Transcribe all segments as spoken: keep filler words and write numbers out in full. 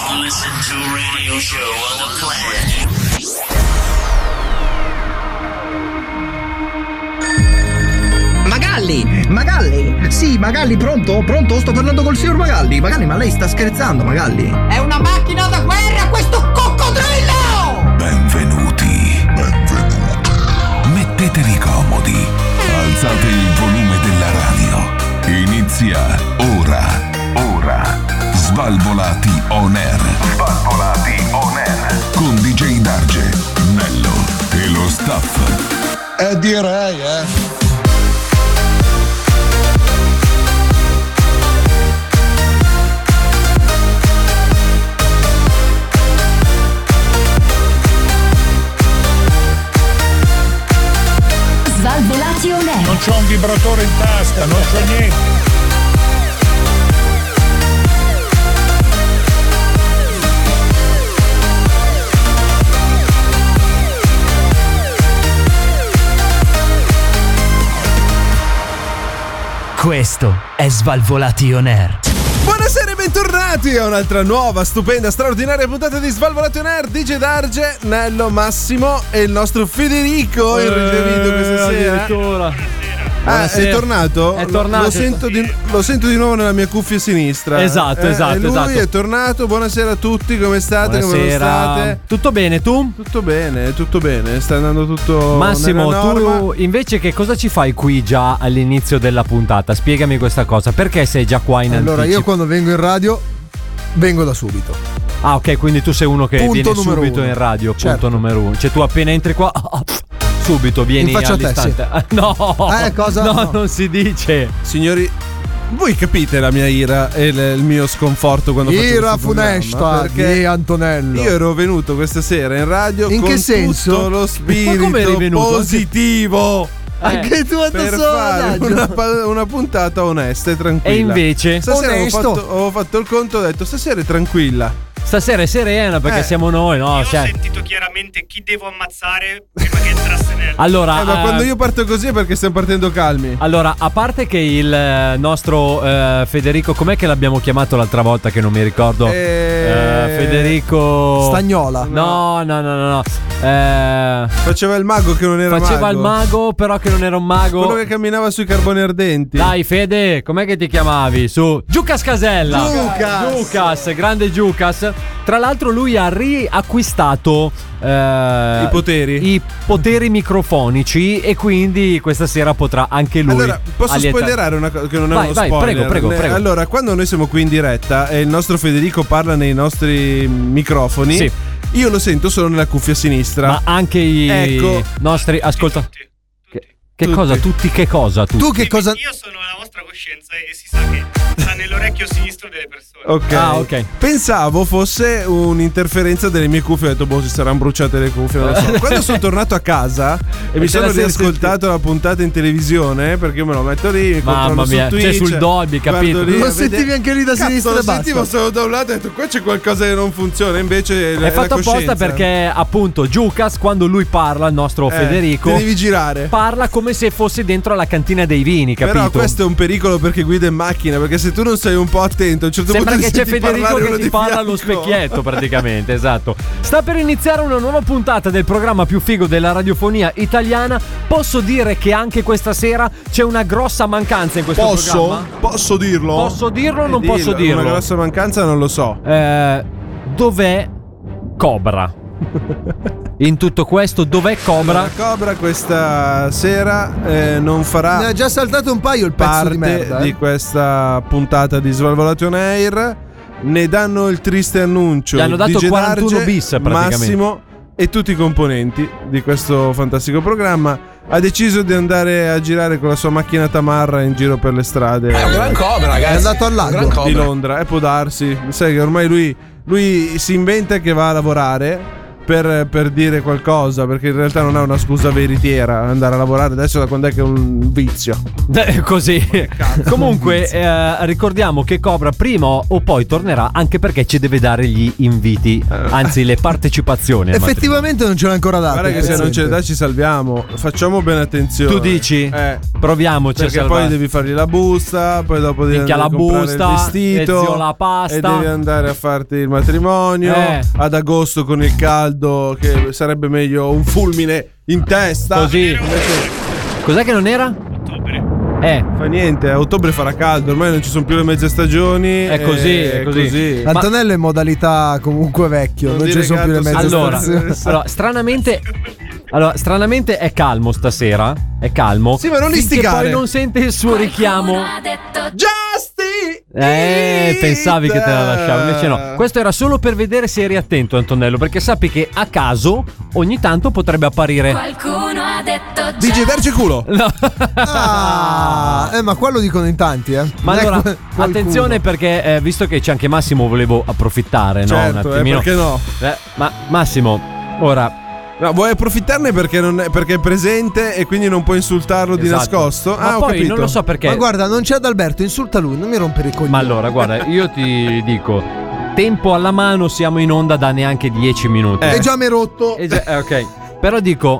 Listen to radio show on the planet. Magalli, Magalli, sì, Magalli, pronto? Pronto? Sto parlando col signor Magalli. Magalli, ma lei sta scherzando, Magalli? È una macchina da guerra questo coccodrillo! Benvenuti. Benvenuti. Mettetevi comodi. Alzate il volume della radio. Inizia ora. Ora. Svalvolati on air. Svalvolati on air. Con D J Darge, Nello e lo staff. Eh direi, eh. Svalvolati on air. Non c'ho un vibratore in tasca, non c'ho niente. Questo è Svalvolati on air. Buonasera e bentornati a un'altra nuova, stupenda, straordinaria puntata di Svalvolati on air. D J Darge, Nello, Massimo e il nostro Federico in regia video questa sera. Addirittura. Ah, è tornato? È tornato. Lo sento, di, lo sento di nuovo nella mia cuffia sinistra. Esatto, eh, esatto, e lui esatto. è tornato. Buonasera a tutti, come state? Buonasera. Come state? Tutto bene, tu? Tutto bene, tutto bene. Sta andando tutto Massimo, nella norma. tu invece che cosa ci fai qui già all'inizio della puntata? Spiegami questa cosa. Perché sei già qua in Allora, anticipo? io quando vengo in radio vengo da subito. Ah, ok, quindi tu sei uno che Punto viene numero subito uno. in radio, Certo. punto numero uno. Cioè tu appena entri qua subito vieni In faccia a te, all'istante. No, Eh, cosa? no, No. non si dice. Signori, voi capite la mia ira e il, il mio sconforto quando faccio Ira questo programma? funesta Perché di Antonello. io ero venuto questa sera in radio In con che senso? tutto lo Ma come eri spirito venuto? positivo Anche tu per adesso fare una, pa- una puntata onesta e tranquilla. E invece Stasera avevo Onesto. fatto, avevo fatto il conto e ho detto stasera è tranquilla. stasera è serena perché Eh. siamo noi, no? Io Cioè, ho sentito chiaramente chi devo ammazzare prima che entrasse nel... allora, Eh, ma eh, quando io parto così è perché stiamo partendo calmi. allora, a parte che il eh, nostro eh, Federico, com'è che l'abbiamo chiamato l'altra volta che non mi ricordo? Eh, Eh, Federico Stagnola. No, no, no, no, no. Eh, Faceva il mago che non era faceva mago. il mago, però che non era un mago. Quello che camminava sui carboni ardenti. Dai, Fede, com'è che ti chiamavi? Su Giucas Casella. Giucas. Giucas, grande Giucas. Tra l'altro lui ha riacquistato eh, I poteri. i poteri microfonici e quindi questa sera potrà anche lui. Allora, posso allietare- spoilerare una cosa che non è Vai, uno vai, spoiler? prego, prego, Ne- prego. Allora, quando noi siamo qui in diretta e il nostro Federico parla nei nostri microfoni, Sì. io lo sento solo nella cuffia sinistra. Ma anche i Ecco. nostri ascolta. Tutti, tutti. Che Tutti. cosa? Tutti che cosa? Tutti. Tu che cosa? Io sono la vostra coscienza e si sa che sta nell'orecchio sinistro delle persone. Ok. Ah, ok. Pensavo fosse un'interferenza delle mie cuffie. Ho detto, boh, si saranno bruciate le cuffie. Non lo so. Quando sono tornato a casa e mi te la sono sei riascoltato la puntata in televisione, perché io me lo metto lì, mi Mamma controllo mia, su cioè Twitch, sul Dolby, guardo capito? lì Lo a sentivi vedere- anche lì da Cazzo, sinistra lo e basta. sentivo solo da un lato e ho detto, qua c'è qualcosa che non funziona. Invece È fatto apposta perché appunto Giucas, quando lui parla, il nostro Eh, Federico, ti devi girare. parla come se fosse dentro la cantina dei vini, capito? Però questo è un pericolo perché guida in macchina, perché se tu non sei un po' attento a un certo Sembra punto che ti c'è senti Federico parlare che uno ti di parla allo fianco. specchietto praticamente, esatto. Sta per iniziare una nuova puntata del programma più figo della radiofonia italiana. Posso dire che anche questa sera c'è una grossa mancanza in questo Posso? programma? Posso dirlo? Posso dirlo o non Eh, posso dillo, dirlo? Una grossa mancanza non lo so. Eh, dov'è Cobra? In tutto questo, dov'è Cobra? Allora, Cobra questa sera eh, non farà Ne ha già saltato un paio il pezzo parte di merda. eh. di questa puntata di Svalvolati on Air. Ne danno il triste annuncio. Gli hanno dato D J quarantuno Darge, bis praticamente. Massimo e tutti i componenti di questo fantastico programma ha deciso di andare a girare con la sua macchina Tamarra in giro per le strade È un gran Cobra, ragazzi. È andato al lago. Un gran Cobra. di Londra. E può darsi, sai che ormai lui, lui si inventa che va a lavorare per, per dire qualcosa, perché in realtà non è una scusa veritiera andare a lavorare adesso, da quando è che è un vizio. Eh, così. Comunque eh, ricordiamo che Cobra prima o poi tornerà, anche perché ci deve dare gli inviti, anzi le partecipazioni. Effettivamente non ce l'ha ancora dato. Guarda che se non ce le dà ci salviamo. Facciamo bene attenzione. Tu dici? Eh. Proviamoci perché a salvare. poi devi fargli la busta, poi dopo devi Minchia, andare la a comprare busta, il vestito e zio la pasta. e devi andare a farti il matrimonio. Eh. Ad agosto con il caldo, che sarebbe meglio un fulmine in testa. Così. Invece... Cos'è che non era? Ottobre. Eh. Fa niente, a ottobre farà caldo, ormai non ci sono più le mezze stagioni. È così, è è così. così. Antonello è in modalità comunque vecchio, Non non, dire ci sono che più le altro mezze Allora, stazioni. allora, stranamente Allora, stranamente è calmo stasera. È calmo. Sì, ma non finché istigare. poi non sente il suo richiamo. Giusti! Eh, pensavi che te la lasciavo, invece no. Questo era solo per vedere se eri attento, Antonello, perché sappi che a caso ogni tanto potrebbe apparire. Qualcuno ha detto D J Darge culo. No. Ah, eh, ma qua lo dicono in tanti, eh. Ma Non è allora, que- qualcuno. attenzione, perché eh, visto che c'è anche Massimo, volevo approfittare, no? Certo, Un eh, attimino. perché no? Eh, ma Massimo, ora. No, vuoi approfittarne perché, non è, perché è presente e quindi non puoi insultarlo di Esatto. nascosto? Ma ah, ho poi capito. non lo so perché. Ma guarda, non c'è Adalberto, insulta lui, non mi rompere i coglioni. Ma allora, guarda, io ti dico, tempo alla mano, siamo in onda da neanche dieci minuti. E già mi hai rotto. Eh, già- eh, ok. Però dico,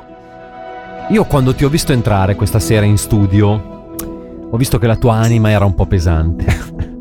io quando ti ho visto entrare questa sera in studio, ho visto che la tua anima era un po' pesante.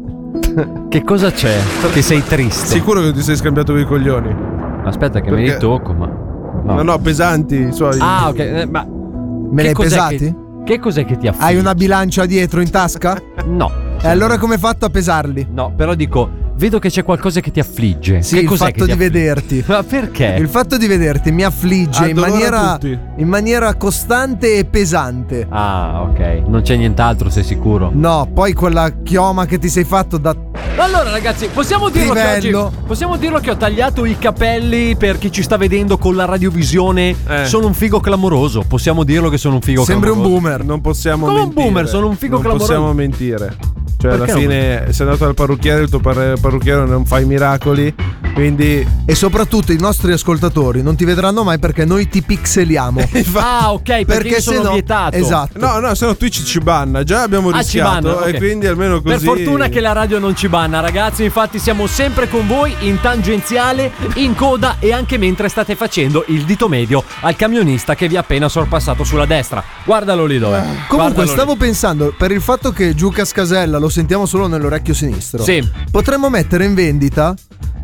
Che cosa c'è? Che sei triste? Sicuro che ti sei scambiato con i coglioni? Aspetta che me Perché- li tocco, ma... No, no, pesanti i suoi. Ah, ok, eh, ma... Me che li hai cos'è pesati? Che, che cos'è che ti affligge? Hai una bilancia dietro in tasca? No. E allora come hai fatto a pesarli? No, però dico, vedo che c'è qualcosa che ti affligge. Sì, che il cos'è fatto che ti di affligge? vederti. Ma perché? Il fatto di vederti mi affligge Ha in dolore a maniera, tutti. in maniera costante e pesante. Ah, ok. Non c'è nient'altro, sei sicuro? No, poi quella chioma che ti sei fatto da... Allora ragazzi, possiamo dirlo che oggi, Livello. possiamo dirlo che ho tagliato i capelli per chi ci sta vedendo con la radiovisione. Eh. Sono un figo clamoroso. Possiamo dirlo che sono un figo Sembri un clamoroso. boomer. Non possiamo Come un mentire. boomer, sono un figo non clamoroso. Non possiamo mentire. Cioè, Perché alla fine sei andato dal parrucchiere, il tuo par- parrucchiere non fa i miracoli. Quindi. E soprattutto i nostri ascoltatori non ti vedranno mai perché noi ti pixeliamo. Ah, ok, perché, Perché io sono se no- vietato. esatto. No, no, se no Twitch ci banna. Già abbiamo Ah, ci rischiato. banna, ok. E quindi almeno così. Per fortuna che la radio non ci banna, ragazzi. Infatti siamo sempre con voi in tangenziale, in coda e anche mentre state facendo il dito medio al camionista che vi ha appena sorpassato sulla destra. Guardalo lì dov'è. Comunque Guardalo stavo lì. pensando, per il fatto che Giucas Casella lo sentiamo solo nell'orecchio sinistro, Sì. potremmo mettere in vendita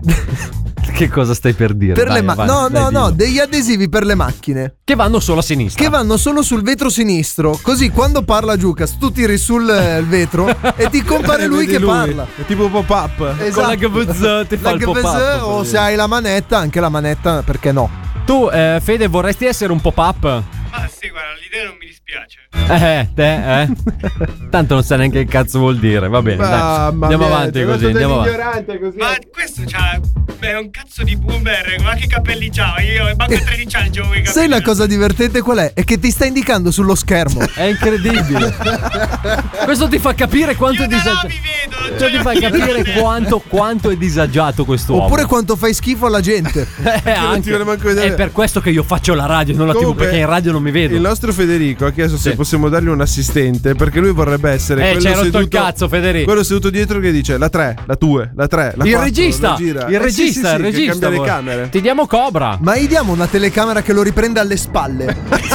Che cosa stai per dire? per Dai, le ma- avanti, no, dai, no, no, dillo. degli adesivi per le macchine Che vanno solo a sinistra. che vanno solo sul vetro sinistro. Così quando parla Giucas, tu tiri sul eh, il vetro e ti compare lui Vedi che lui. parla. È tipo pop-up. Esatto. Con la G V Z ti fa La il G V Z, pop-up. o se hai la manetta, anche la manetta, perché no? Tu, eh, Fede, vorresti essere un pop-up? Ma sì, guarda, l'idea non mi dispiace. Eh, te, eh? Tanto non sa neanche che cazzo vuol dire. Va bene, dai. Mamma Andiamo mia, avanti sei così, stato andiamo avanti. ignorante così. Ma questo c'ha. Beh, è un cazzo di boomer. Ma che capelli c'ha? Io manco tredici anni c'ho quei capelli. Sai la cosa divertente qual è? È che ti sta indicando sullo schermo. È incredibile. Questo ti fa capire quanto Io è da là disagiato. vi vedo. Cioè, ti fa capire quanto, quanto è disagiato quest'uomo. Oppure quanto fai schifo alla gente. Eh, non ti viene manco vedere. È per questo che io faccio la radio, non la tivù, Comunque, perché in radio non mi vedo. Il nostro Federico ha chiesto se Sì. possiamo dargli un assistente, perché lui vorrebbe essere Eh, quello ci hai rotto il seduto, cazzo, Federico. quello seduto dietro che dice la tre, la due, la tre, la Il quattro, regista, la gira. il Eh, sì, regista, sì, sì, il che regista. cambia le vuoi. camere. Ti diamo Cobra. Ma gli diamo una telecamera che lo riprende alle spalle.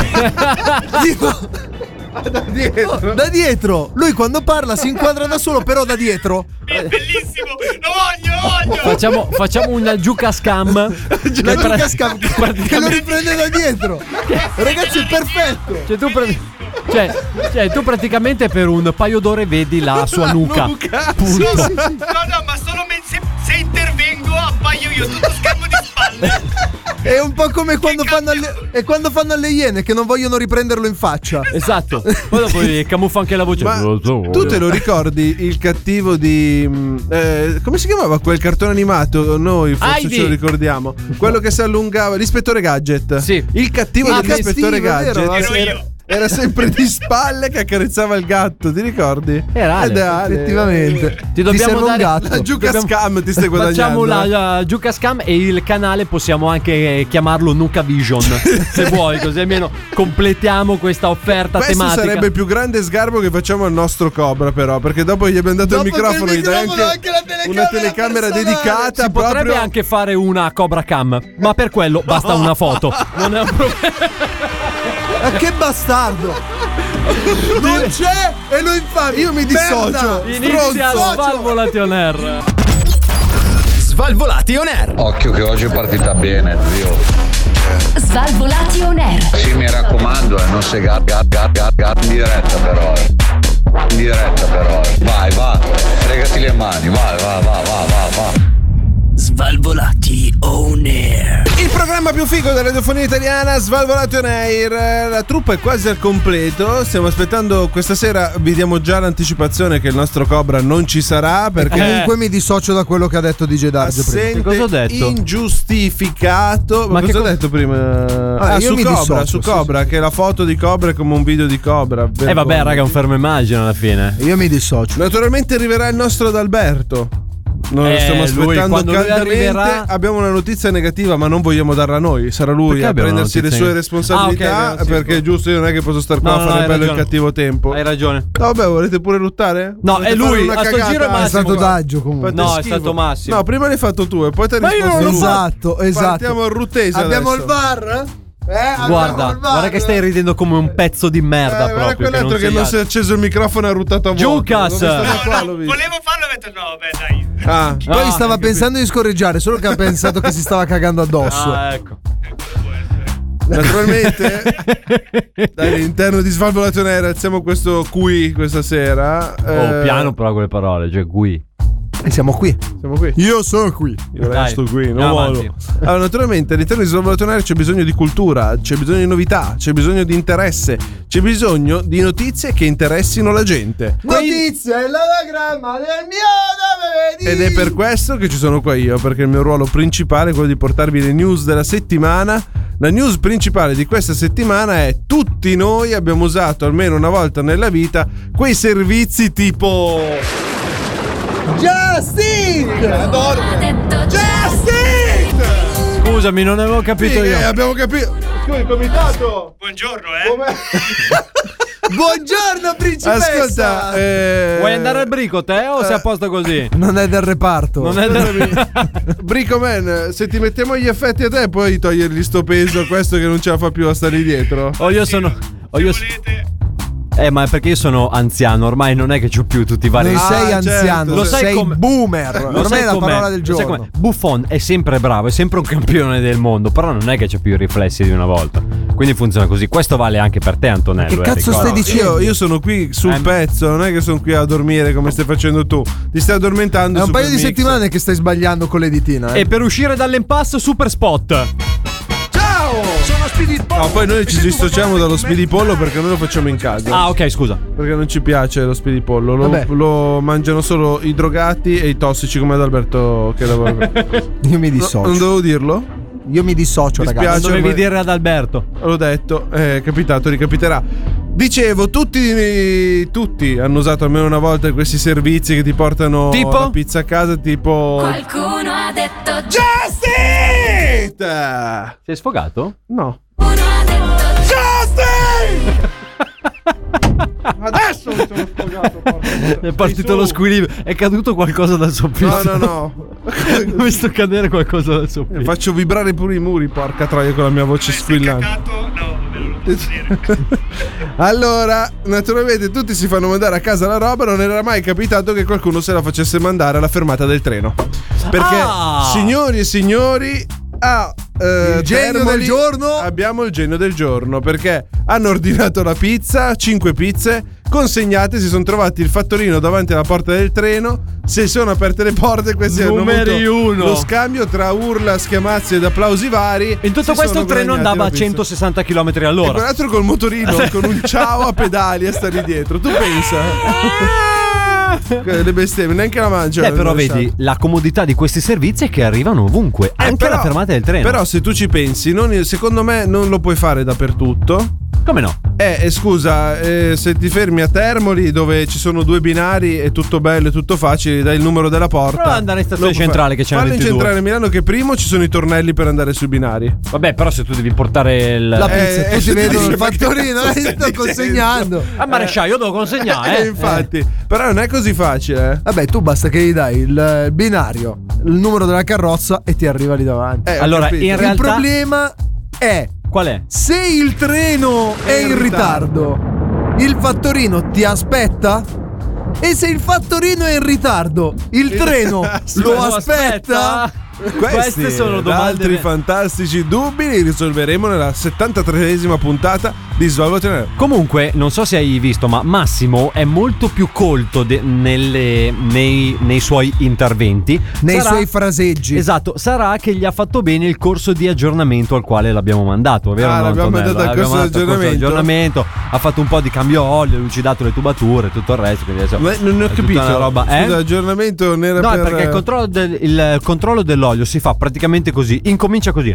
Tipo, Da dietro. da dietro. Lui quando parla si inquadra da solo, però da dietro. È bellissimo. Lo voglio, lo voglio. Facciamo, facciamo una giuca scam. La Che Giuca pra- Scam che lo praticamente- riprende da dietro. Ragazzi, è perfetto. Cioè tu, pra- cioè, cioè, tu praticamente per un paio d'ore vedi la sua nuca. Punto. No, no, ma solo me- se, se intervengo appaio io tutto schermo di spalle. È un po' come quando fanno alle, è quando fanno alle iene che non vogliono riprenderlo in faccia. Esatto. Poi dopo gli camuffa anche la voce. Ma tu te lo ricordi il cattivo di mm, eh, come si chiamava quel cartone animato? Noi forse Heidi. ce lo ricordiamo. Quello che si allungava, l'ispettore Gadget. Sì. Il cattivo Ah, dell'ispettore cattivo, è vero, Gadget. Ero io. era sempre di spalle che accarezzava il gatto, ti ricordi? Era Ale. Ed è Ale. Effettivamente. Ti dobbiamo serve un dare gatto. La Giuca Dobbiamo- Scam ti stai guadagnando. Facciamo la, la Giuca Scam e il canale possiamo anche chiamarlo Nuka Vision se vuoi, così almeno completiamo questa offerta Questo tematica. sarebbe il più grande sgarbo che facciamo al nostro Cobra, però, perché dopo gli abbiamo dato Dopo il che il microfono, gli dai microfono, anche, anche la telecamera una telecamera personale. dedicata. Si potrebbe proprio... anche fare una Cobra Cam, ma per quello basta una foto. Non è un problema. Ma che bastardo! Non c'è e lo infami. Io mi dissocio. Inizia Stronzo. Svalvolation Air. Svalvolation Air. Occhio che oggi è partita bene, zio. Svalvolation Air. Sì, mi raccomando, eh, non sei gat, gat, gat, gat, gat in diretta però. eh. In diretta però. eh. Vai, va, fregati le mani, vai, va, va, va, va, va. Svalvolati on air. Il programma più figo della radiofonia italiana, Svalvolation Air. La truppa è quasi al completo. Stiamo aspettando questa sera. Vi diamo già l'anticipazione che il nostro Cobra non ci sarà perché Comunque mi dissocio da quello che ha detto D J Darge prima. assente, Che cosa ho detto? ingiustificato. Ma, Ma che cosa ho co- detto prima? Ah, Ah, io su mi Cobra, dissocio, su sì, Cobra, che la foto di Cobra è come un video di Cobra. Eh vabbè, raga, è un fermo immagine alla fine. Io mi dissocio. Naturalmente arriverà il nostro Adalberto. Noi lo Eh, stiamo lui, aspettando quando lui caldamente. arriverà- Abbiamo una notizia negativa, ma non vogliamo darla a noi. Sarà lui Perché a abbiamo una prendersi le notizia sue negativa? responsabilità. Ah, ok, sì, perché sì. è giusto, io non è che posso star qua No, a no, fare hai bello il ragione. cattivo tempo. Hai ragione. No, vabbè, volete pure ruttare? No, Volete è fare lui, una a sto cagata? giro è È Massimo. stato Daggio comunque. Fate No, è schifo. stato Massimo. No, prima l'hai fatto tu e poi ti hai Ma io risposto non l'ho lui. Esatto, esatto. Partiamo al ruttese Abbiamo adesso. il bar? Eh, abbiamo Guarda, il bar? guarda che stai ridendo come un pezzo di merda Eh, guarda proprio. quell'altro che sei non si è acceso il microfono e ha ruttato a vuoto. Giucas! L'ho visto da No, qua, no, l'ho visto. volevo farlo e ho detto no, beh dai. Ah, Poi Ah, stava hai pensando di scorreggiare, solo che ha pensato che si stava cagando addosso. Ah, ecco. naturalmente all'interno di Svalvolation Air alziamo questo qui questa sera. Oh, Eh, piano però con le parole, cioè qui. E siamo qui. Siamo qui. Io sono qui. Io Dai, resto qui, non andiamo volo. avanti. Allora, naturalmente all'interno di Svalvolation Air c'è bisogno di cultura, c'è bisogno di novità, c'è bisogno di interesse, c'è bisogno di notizie che interessino la gente. Notizie, l'anagramma del mio dove vedi. Ed è per questo che ci sono qua io, perché il mio ruolo principale è quello di portarvi le news della settimana. La news principale di questa settimana è: tutti noi abbiamo usato almeno una volta nella vita quei servizi tipo Justin! Adoro. Justin! Scusami, non avevo capito Sì, io. eh, abbiamo capito. Scusi, comitato. Buongiorno, eh. Come... Buongiorno principessa. Ascolta, eh... Vuoi andare al brico te o sei a posto così? Non è del reparto. Non è da... Bricoman, se ti mettiamo gli effetti a te, puoi togliergli sto peso a questo che non ce la fa più a stare dietro. O io sono... O io... Volete? Eh, ma è perché io sono anziano, ormai non è che c'ho più tutti i vari... Non Ah, sei certo. anziano, Lo sai sei come- boomer. Lo Ormai sai è la com'è? parola del Lo sai giorno. com'è? Buffon è sempre bravo, è sempre un campione del mondo, però non è che c'è più i riflessi di una volta. Quindi funziona così. Questo vale anche per te, Antonello. Che eh, cazzo ricorda. stai dicendo? Io, io sono qui sul Eh, pezzo, non è che sono qui a dormire come stai facendo tu. Ti stai addormentando. È un su paio di quel mix. settimane che stai sbagliando con l'editina. Eh. E per uscire dall'impasse, super spot. Sono Speedy No, poi noi ci dissociamo dallo spidipollo perché noi lo facciamo in casa. Ah, ok, scusa. Perché non ci piace lo spidipollo. Lo, Vabbè. lo mangiano solo i drogati e i tossici come Adalberto che lavora. Io mi No, dissocio. non dovevo dirlo? Io mi dissocio, Mi ragazzi. spiace. Dovevi ormai- dire ad Alberto. L'ho detto, è capitato, ricapiterà. Dicevo, tutti, tutti hanno usato almeno una volta questi servizi che ti portano Tipo? la pizza a casa, tipo Qualcuno ha detto Just Eat! Sei sfogato? No. Uno ha detto Just Eat! Adesso mi sono sfogato. È partito lo squilibrio. È caduto qualcosa dal soffitto. No, no, no. Ho visto cadere qualcosa dal soffitto. Faccio vibrare pure i muri, porca troia, con la mia voce Sei squillante. cacato? No, vabbè, non lo posso dire. Allora, naturalmente tutti si fanno mandare a casa la roba. Non era mai capitato che qualcuno se la facesse mandare alla fermata del treno. Perché, Ah! signori e signori, a eh, Il genio Termoli del giorno? abbiamo il genio del giorno. Perché hanno ordinato la pizza, cinque pizze consegnate, si sono trovati il fattorino davanti alla porta del treno. Si sono aperte le porte, questi Numeri hanno avuto uno. lo scambio tra urla, schiamazzi ed applausi vari. In tutto Si questo sono il treno guadagnati andava la a pizza. centosessanta chilometri E all'ora. quell'altro col motorino, con un ciao a pedali a stare dietro. Tu pensa? Le bestemmie, neanche la mangia. Eh, però vedi, la comodità di questi servizi è che arrivano ovunque, Eh, anche però- alla fermata del treno. Però se tu ci pensi, non- secondo me non lo puoi fare dappertutto. Come no? Eh, eh, scusa, eh, se ti fermi a Termoli dove ci sono due binari è tutto bello e tutto facile, dai il numero della porta. Prova ad andare in stazione centrale che c'è Fallo in ventidue. centrale a Milano che primo ci sono i tornelli per andare sui binari. Vabbè, però se tu devi portare il... La pizza, Eh, tutti eh, vedono sì, il ma che fattorino, cazzo eh, stai sto dicendo? consegnando. Ah, maresciallo, io devo consegnare, eh. Eh, infatti, però non è così facile. Eh. Vabbè, tu basta che gli dai il, il binario, il numero della carrozza e ti arriva lì davanti. Eh, ho Allora, capito. in Il realtà... problema è Qual è? se il treno è in ritardo, il fattorino ti aspetta? E se il fattorino è in ritardo, il treno lo aspetta? Questi Queste sono ed domande altri ve- fantastici dubbi li risolveremo nella settantatreesima puntata di Svalvolation. Comunque, non so se hai visto, ma Massimo è molto più colto de- nelle- nei, nei suoi interventi. Nei Sarà- suoi fraseggi. Esatto, sarà che gli ha fatto bene il corso di aggiornamento al quale l'abbiamo mandato, vero? Ah, no, l'abbiamo Antonello? mandato al L'abbiamo corso di mandato al corso di aggiornamento. aggiornamento, ha fatto un po' di cambio olio, lucidato le tubature, tutto il resto. Quindi adesso Ma non ne ho è tutta capito. una roba, eh? Scusa, l'aggiornamento non era No, per... è perché il controllo, del, il controllo dell'olio si fa praticamente così. Incomincia così.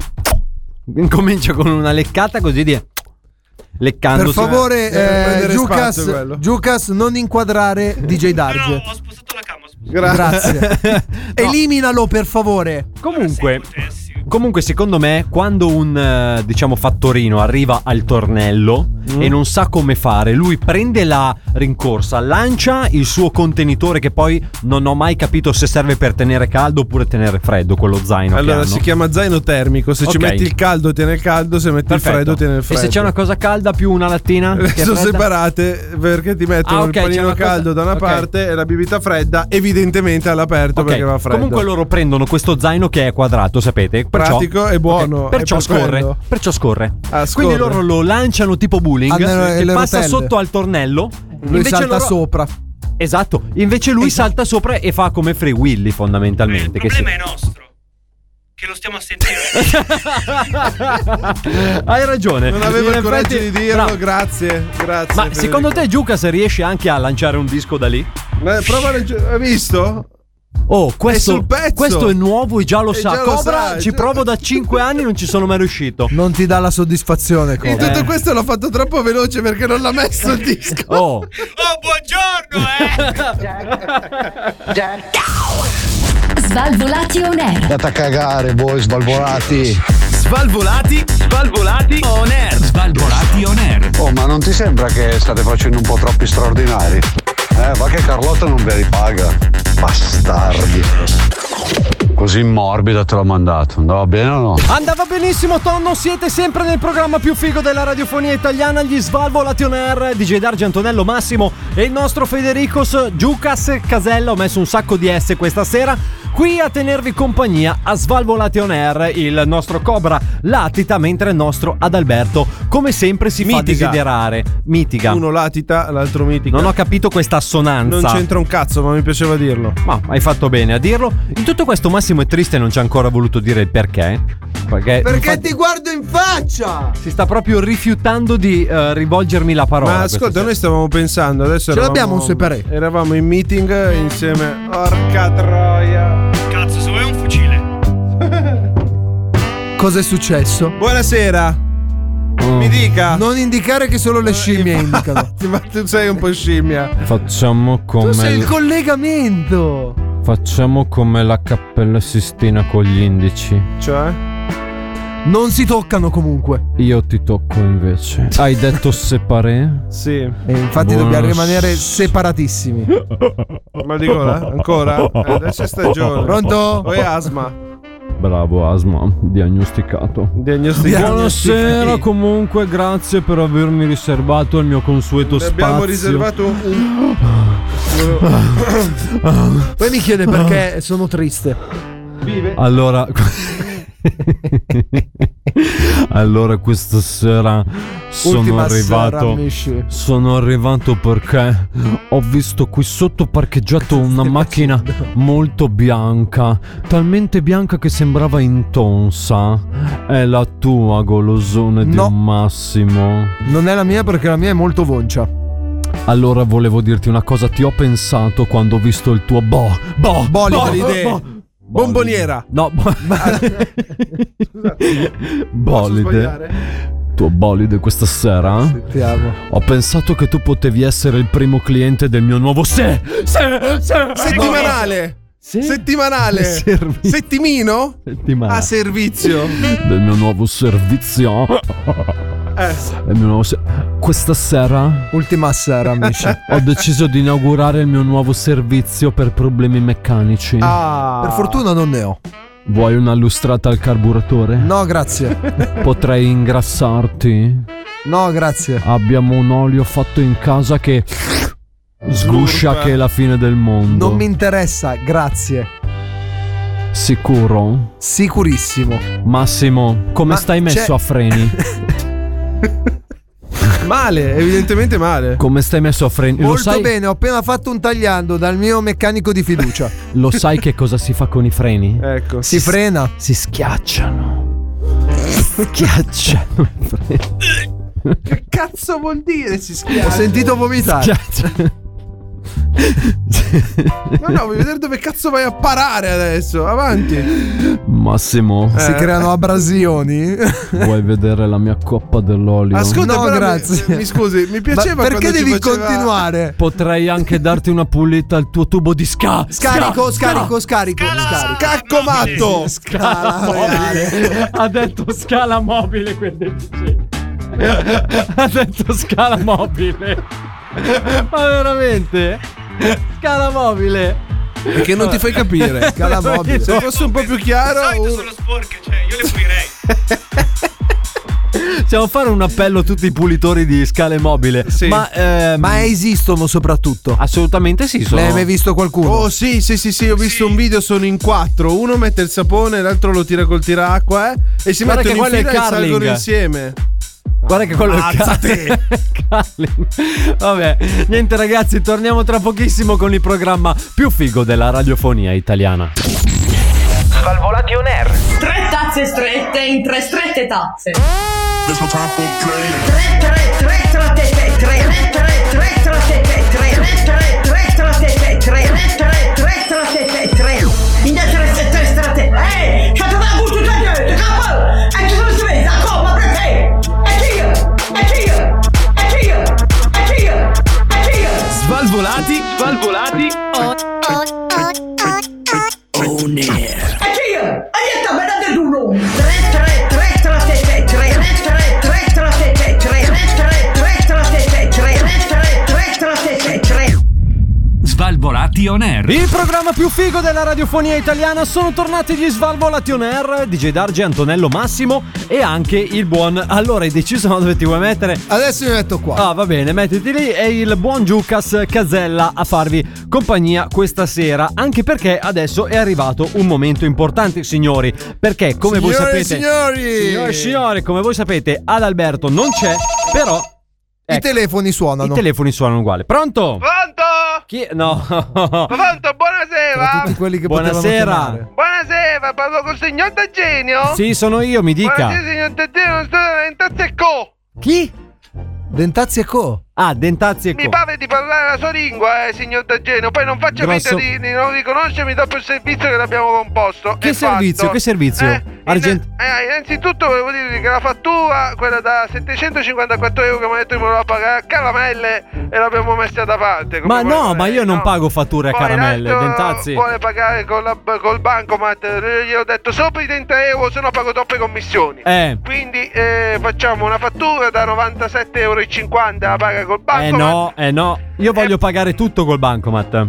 Incomincia con una leccata così di... Leccandosi. Per favore, Deve eh, prendere Giucas, spazio quello. Giucas, non inquadrare D J Darge. No, ho spostato la cam, ho spostato. Grazie. Eliminalo per favore. Comunque, comunque, secondo me, quando un eh, diciamo fattorino arriva al tornello Mm. e non sa come fare, lui prende la rincorsa, lancia il suo contenitore che poi non ho mai capito se serve per tenere caldo oppure tenere freddo, quello zaino. che Allora hanno. si chiama zaino termico. Se ci Ok. metti il caldo tiene il caldo, se metti Perfetto. il freddo tiene il freddo. E se c'è una cosa calda più una lattina? che è sono fredda? separate perché ti mettono Ah, ok, il c'è panino una cosa- caldo da una ok. parte e la bibita fredda evidentemente all'aperto Ok, perché va freddo. comunque loro prendono questo zaino che è quadrato, sapete? Perciò, Pratico e buono, ok, perciò è per scorre. quello. Perciò scorre. Ah, Quindi scorre. loro lo lanciano tipo bowling, Hanno le- che le passa rotelle. sotto al tornello. Lui invece salta loro- sopra. Esatto. Invece lui Esatto. salta sopra e fa come Free Willy, fondamentalmente. Il che problema si- è nostro. Che lo stiamo a sentire. Hai ragione. Non avevo In il coraggio effetti- di dirlo, Bravo. grazie, grazie. Ma Federico. secondo te Giucas riesce anche a lanciare un disco da lì? Ma prova a legge- hai visto? Oh, questo, sul pezzo. questo è nuovo e già lo E sa. già lo Cobra, sa, ci già- provo da cinque anni, non ci sono mai riuscito. Non ti dà la soddisfazione, In Cobra. tutto questo l'ho fatto troppo veloce perché non l'ha messo il disco. Oh, Oh, buongiorno, eh! Svalvolati on air. Andate a cagare voi svalvolati. Svalvolati, svalvolati on air. Svalvolati on air. Oh, ma non ti sembra che state facendo un po' troppi straordinari? Eh, va che Carlotta non ve li paga. Bastardi. Così morbida te l'ho mandato. Andava bene o no? andava benissimo, Tonno. Siete sempre nel programma più figo della radiofonia italiana, gli Svalvolati on air. D J Darge, Antonello, Massimo e il nostro Federicos Giucas Casella. Ho messo un sacco di S questa sera qui a tenervi compagnia a Svalvolati on air. Il nostro Cobra latita mentre il nostro Adalberto, come sempre, si fa Mitiga. desiderare. Mitiga. Uno latita, l'altro mitica. Non ho capito questa assonanza. Non c'entra un cazzo, ma mi piaceva dirlo. Ma hai fatto bene a dirlo. In tutto questo Massimo è triste e non ci ha ancora voluto dire il perché. Perché, Perché infatti, ti guardo in faccia! si sta proprio rifiutando di eh, rivolgermi la parola. Ma questa ascolta, sera. noi stavamo pensando, adesso Ce eravamo, l'abbiamo un separé. Eravamo in meeting insieme. Porca troia. Cazzo, se vuoi un fucile. Cos'è successo? Buonasera. Oh. Mi dica. Non indicare che solo le scimmie indicano. Ma tu sei un po' scimmia. Facciamo come Tu sei il collegamento. Facciamo come la Cappella Sistina con gli indici. Cioè? Non si toccano comunque. Io ti tocco invece. Hai detto separé? Sì. E infatti Buonas- dobbiamo rimanere separatissimi. Ma di gola? Ancora? Eh, adesso è stagione. Pronto? O è asma? Bravo, asma, diagnosticato. Diagnosticato. Buonasera, comunque, grazie per avermi riservato il mio consueto Ne spazio. abbiamo riservato un. Poi mi chiede perché sono triste. Vive? Allora, allora questa sera sono Ultima arrivato. sera, amici. Sono arrivato perché ho visto qui sotto parcheggiato una macchina molto bianca, talmente bianca che sembrava intonsa. È la tua, golosone di No. un Massimo. Non è la mia perché la mia è molto voncia. Allora volevo dirti una cosa, ti ho pensato quando ho visto il tuo boh, boh, Bolide boh, le idee. boh. Bomboniera. No, bo- Posso bolide. sbagliare? tuo bolide questa sera? Sentiamo. Ho pensato che tu potevi essere il primo cliente del mio nuovo se, se, se settimanale. Sì. Settimanale. Servi- Settimino? Settimana. A servizio. Del mio nuovo servizio. Eh. Del mio nuovo se- Questa sera Ultima sera, amici. ho deciso di inaugurare il mio nuovo servizio per problemi meccanici. Ah. Per fortuna non ne ho. Vuoi una lustrata al carburatore? No, grazie. Potrei ingrassarti? No, grazie. Abbiamo un olio fatto in casa che sguscia Slurpa. che è la fine del mondo. Non mi interessa, grazie. Sicuro? Sicurissimo. Massimo, come Ma stai messo c'è- a freni? Male, evidentemente male. Come stai messo a freni? Lo Molto sai, bene, ho appena fatto un tagliando dal mio meccanico di fiducia. lo sai che cosa si fa con i freni? Ecco. Si frena. Si schiacciano. Si schiacciano i freni. Che cazzo vuol dire si Ho schiaccia? sentito vomitare. Schiacciano. No, no, vuoi vedere dove cazzo vai a parare adesso? Avanti. Massimo, Si Eh. creano abrasioni. vuoi vedere la mia coppa dell'olio? Ascolta, No, però mi- grazie. Mi, scusi, mi Ma piaceva perché quando ci devi faceva- continuare? Potrei anche darti una pulita al tuo tubo di sca. Scarico, Sca- scarico, scarico, scarico. Cacco matto. Scala mobile. reale. Ha detto scala mobile quel deficiente. Ha detto scala mobile. Ma veramente? Scala mobile. Perché non ti fai capire? Scala mobile. Se fosse un po' più Di chiaro. solito un- sono sporche, cioè io le pulirei. Possiamo fare un appello a tutti i pulitori di scale mobile. Sì. Ma, ehm, Ma esistono soprattutto. assolutamente sì. Sono... L'hai mai visto qualcuno? Oh sì, sì, sì, sì, ho visto Sì. un video, sono in quattro. Uno mette il sapone, l'altro lo tira col tiracqua, eh, e si Guarda mettono che in quello è fila e curling. salgono insieme. Guarda che quello Ammazzate! è curling. Vabbè, niente ragazzi, torniamo tra pochissimo con il programma più figo della radiofonia italiana. Svalvolati on air. Tre tazze strette in tre strette tazze. There's no time for playing. Tre, tre, tre trattete, tre, tre, tre trattete, tre, tre, tre trattete, tre, tre, tre trattete, tre. In tre, tre strate. Ehi, c'è da butto da te, capo. E ci sono svegli, a coma perché? E chi io? E chi io? E chi io? E chi io? E chi io? Svalvolati, svalvolati. On air. E chi io? E niente, me ne date uno. Tre, tre, tre trattete, tre, tre, tre trattete, tre, tre, tre trattete, tre, tre, tre trattete, tre. Svalvolati on air. Il programma più figo della radiofonia italiana, sono tornati gli Svalvolati on air, D J Dargi, Antonello, Massimo e anche il buon... Allora hai deciso dove ti vuoi mettere? Adesso mi metto qua. Ah, va bene, mettiti lì. E il buon Giucas Casella a farvi compagnia questa sera. Anche perché adesso è arrivato un momento importante, signori. Perché, come voi Signore e sapete, signori! signore e signori, come voi sapete, Adalberto non c'è. Però I ecco, telefoni suonano. i telefoni suonano uguali. Pronto? Pronto? Chi? No. Pronto, Tra buonasera. tutti quelli che Buonasera. potevano chiamare. Buonasera, parlo col signor D'Agenio? Sì, sono io, mi dica. Buonasera, signor D'Agenio, sono in Tazzecco. Chi? Dentazzi e Co. Ah, Dentazzi e Mi Co. pare di parlare la sua lingua, eh, signor D'Agenio. Poi non faccia Grosso- finta di, di non riconoscermi dopo il servizio che l'abbiamo composto. Che e servizio? fatto. Che servizio? Eh, Argent- inna- eh, innanzitutto volevo dirvi che la fattura, quella da settecentocinquantaquattro euro che mi ha detto che me lo va a pagare a caramelle, e l'abbiamo messa da parte. come Ma no, vuole ma lei, io non no? pago fatture a Poi caramelle, l'altro Dentazzi. vuole pagare con la, col bancomat. eh, Gli ho detto sopra i trenta euro, se no pago troppe commissioni. Eh. Quindi eh, facciamo una fattura da novantasette euro e cinquanta, la paga col Eh bancomat. no, eh no. Io voglio pagare tutto col bancomat.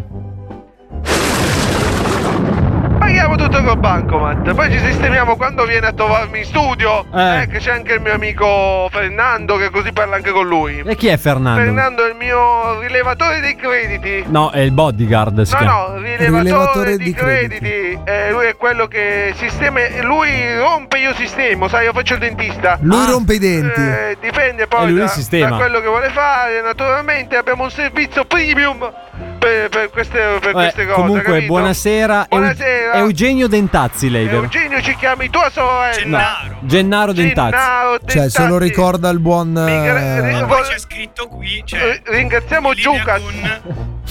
Paghiamo tutto col bancomat, poi ci sistemiamo quando viene a trovarmi in studio. Eh. Eh, che c'è anche il mio amico Fernando, che così parla anche con lui. E chi è Fernando? Fernando è il mio rilevatore dei crediti. No, è il bodyguard. si No, chiama. no, rilevatore, Rilevatore di di crediti. Eh, lui è quello che sistema. Lui rompe, io sistemo, sai, io faccio il dentista. Lui rompe i denti. Eh, dipende E poi lui da, sistema. da quello che vuole fare. Naturalmente abbiamo un servizio premium per, per queste, per Vabbè, queste cose. comunque, capito? buonasera. Eu- Buonasera. Eugenio Dentazzi, lei, vero? Eugenio, ci chiami tua sorella. No, Gennaro Dentazzi. Gennaro Cioè, se lo Dentazzi. ricorda il buon. Mi gra- eh, ri- Poi c'è scritto qui, cioè, Ringraziamo in linea Giucas. con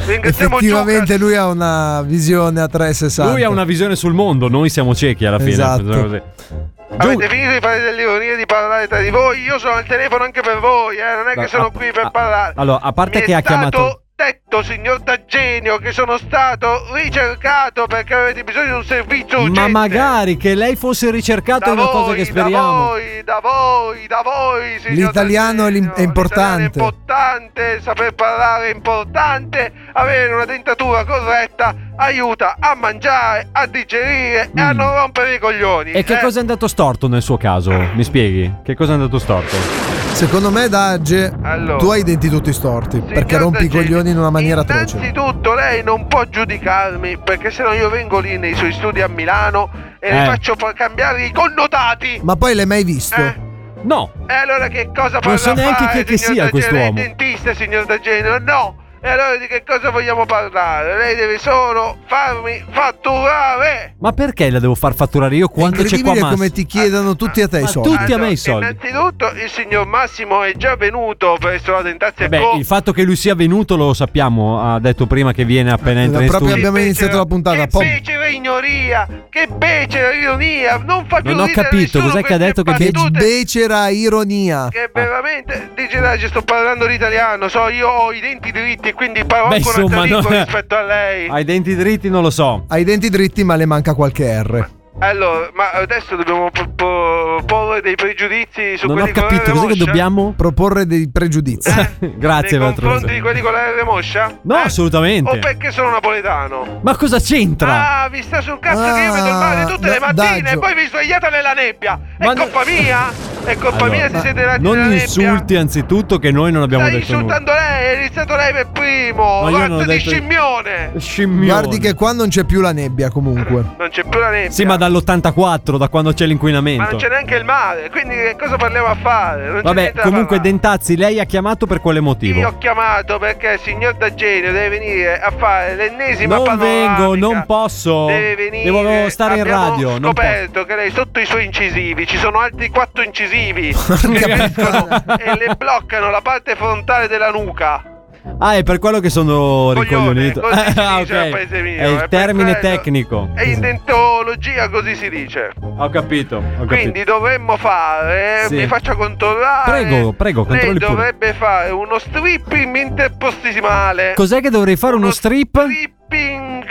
Ringraziamo Effettivamente Giucas. lui ha una visione a trecentosessanta. Lui ha una visione sul mondo, noi siamo ciechi alla fine. Esatto. Così. Avete finito di fare dell'ironia, di parlare tra di voi? Io sono al telefono anche per voi, eh? Non è che sono qui per parlare. Allora, a parte Mi che è ha stato chiamato. detto, signor D'Agenio, che sono stato ricercato perché avete bisogno di un servizio urgente. Ma magari che lei fosse ricercato è da una cosa voi, che speriamo. Da voi, da voi, da voi, signor L'italiano è, l'im- è D'Agenio. importante. L'italiano è importante, saper parlare è importante, avere una dentatura corretta aiuta a mangiare, a digerire e a non rompere i coglioni. E che eh? cosa è andato storto nel suo caso? Mi spieghi? Che cosa è andato storto? Secondo me, Dagge, Allora. tu hai i denti tutti storti perché rompi i D'Agenio, coglioni in una maniera atroce. Innanzitutto lei non può giudicarmi perché sennò io vengo lì nei suoi studi a Milano e Eh. le faccio fa- cambiare i connotati. Ma poi l'hai mai visto? No. E allora che cosa Non parla so neanche fare, che- che signor sia D'Agenio? quest'uomo. Lei è dentista, signor D'Agenio? No. E allora di che cosa vogliamo parlare? Lei deve solo farmi fatturare. Ma perché la devo far fatturare io quando c'è qua Incredibile Massimo? come ti chiedano tutti a te i ma soldi. tutti a me i soldi. Innanzitutto il signor Massimo è già venuto presso la Dentazia Beh, Co. il fatto che lui sia venuto lo sappiamo, ha detto prima che viene appena entra in Proprio studio. abbiamo iniziato la puntata. Che Pom- becera ignoria, che becera ironia, non fa più Non ho ridere capito, nessuno cos'è che ha queste detto che Che battute becera ironia. che veramente dice dai, ci sto parlando l'italiano, so io ho i denti dritti e quindi parlo Beh, anche insomma, un'altra lingua no- rispetto a lei. Ha i denti dritti, non lo so. Ha i denti dritti ma le manca qualche R. Allora, ma adesso dobbiamo po- po- porre dei pregiudizi su Non ho quelli con capito, la R cos'è che moscia? dobbiamo proporre dei pregiudizi. Grazie, Nei Valtrosa. confronti di quelli con la R moscia? No, assolutamente. O perché sono napoletano? Ma cosa c'entra? Ah, vi sta sul cazzo che io vedo il mare tutte le da- mattine Daggio. e poi vi svegliate nella nebbia. È Ma- colpa mia? È colpa Allora, mia se siete nati non nella nebbia? insulti anzitutto che noi non abbiamo Stai detto nulla. insultando lei, è iniziato lei per primo. Ma io non ho Razza di detto- scimmione. Scimmione. Guardi che qua non c'è più la nebbia comunque. Non c'è più la nebbia. Sì, ma dall'ottantaquattro, da quando c'è Ma l'inquinamento. non c'è neanche il mare, quindi che cosa parliamo a fare? Non c'è Vabbè, niente da comunque parlare. Dentazzi, lei ha chiamato per quale motivo? Io ho chiamato perché il signor D'Agenio deve venire a fare l'ennesima Non panoramica. vengo, non posso. Deve venire. Devo stare in Abbiamo radio. Non posso. scoperto che lei sotto i suoi incisivi ci sono altri quattro incisivi che vengono e le bloccano la parte frontale della nuca. Ah, è per quello che sono ricoglionito. così si Ah, dice al ok. paese mio, È il è per termine quello. tecnico. E in dentologia così si dice. Ho capito, ho capito. Quindi dovremmo fare, Sì. mi faccia controllare. Prego, prego, Lei controlli pure. dovrebbe fare uno stripping interpossimale. Cos'è che dovrei fare? Uno strip? Stripping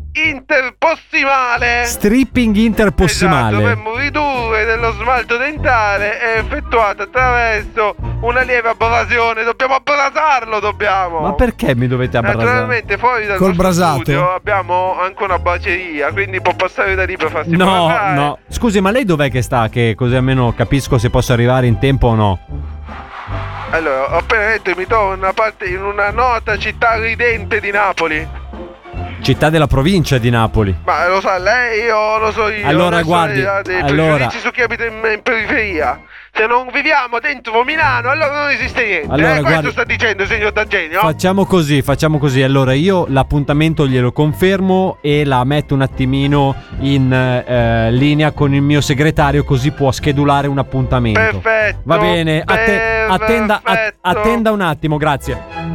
interpossimale. Stripping Esatto, interpossimale. dovremmo ridurre dello smalto dentale è effettuato attraverso una lieve abrasione. Dobbiamo abrasarlo, dobbiamo. Ma perché mi dovete abbracciare? Naturalmente fuori dal Col nostro brasato? studio abbiamo anche una baceria, quindi può passare da lì per farsi No, brasare. no. Scusi, ma lei dov'è che sta? Che così almeno capisco se posso arrivare in tempo o no. Allora, ho appena detto che mi trovo in una parte in una nota città ridente di Napoli. Città della provincia di Napoli. Ma lo sa lei o lo so io? Allora, Adesso guardi, lei ha dei allora- pregiudizi su chi abita in, in periferia. Se non viviamo dentro Milano, allora non esiste niente. Allora, eh, questo guardi- sta dicendo il signor D'Agenio. Facciamo così, facciamo così. Allora io l'appuntamento glielo confermo e la metto un attimino in eh, linea con il mio segretario, così può schedulare un appuntamento. Perfetto. Va bene, atte- attenda, att- perfetto. attenda un attimo, grazie.